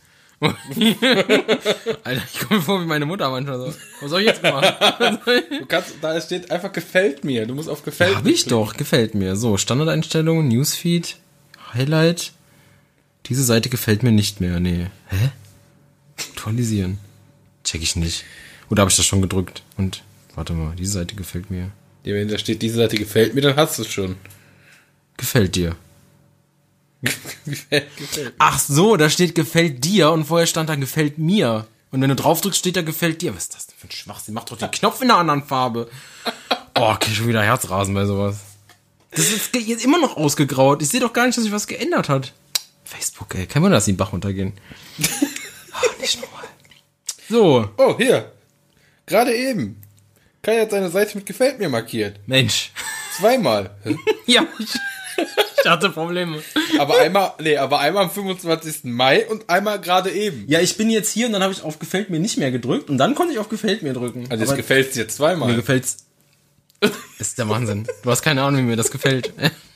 Alter, ich komme mir vor wie meine Mutter manchmal so. Was soll ich jetzt machen? Da steht einfach gefällt mir. Du musst auf gefällt mir. Hab ich doch, gefällt mir. So, Standardeinstellungen, Newsfeed, Highlight. Diese Seite gefällt mir nicht mehr. Nee. Hä? Aktualisieren. Check ich nicht. Oder habe ich das schon gedrückt? Und, warte mal, diese Seite gefällt mir. Ja, wenn da steht, diese Seite gefällt mir, dann hast du es schon. Gefällt dir. gefällt. Ach so, da steht gefällt dir und vorher stand da gefällt mir. Und wenn du drauf drückst, steht da gefällt dir. Was ist das denn für ein Schwachsinn? Mach doch den Knopf in einer anderen Farbe. Oh, okay, schon wieder Herzrasen bei sowas. Das ist jetzt immer noch ausgegraut. Ich sehe doch gar nicht, dass sich was geändert hat. Facebook, ey. Kein Wunder, dass die den Bach runtergehen. Nicht nochmal. So. Oh, hier. Gerade eben. Kai hat seine Seite mit gefällt mir markiert. Mensch. 2-mal. Ja, ich hatte Probleme. Aber einmal am 25. Mai und einmal gerade eben. Ja, ich bin jetzt hier und dann habe ich auf gefällt mir nicht mehr gedrückt und dann konnte ich auf gefällt mir drücken. Also es gefällt's dir 2-mal. Mir gefällt's. Ist der Wahnsinn. Du hast keine Ahnung, wie mir das gefällt.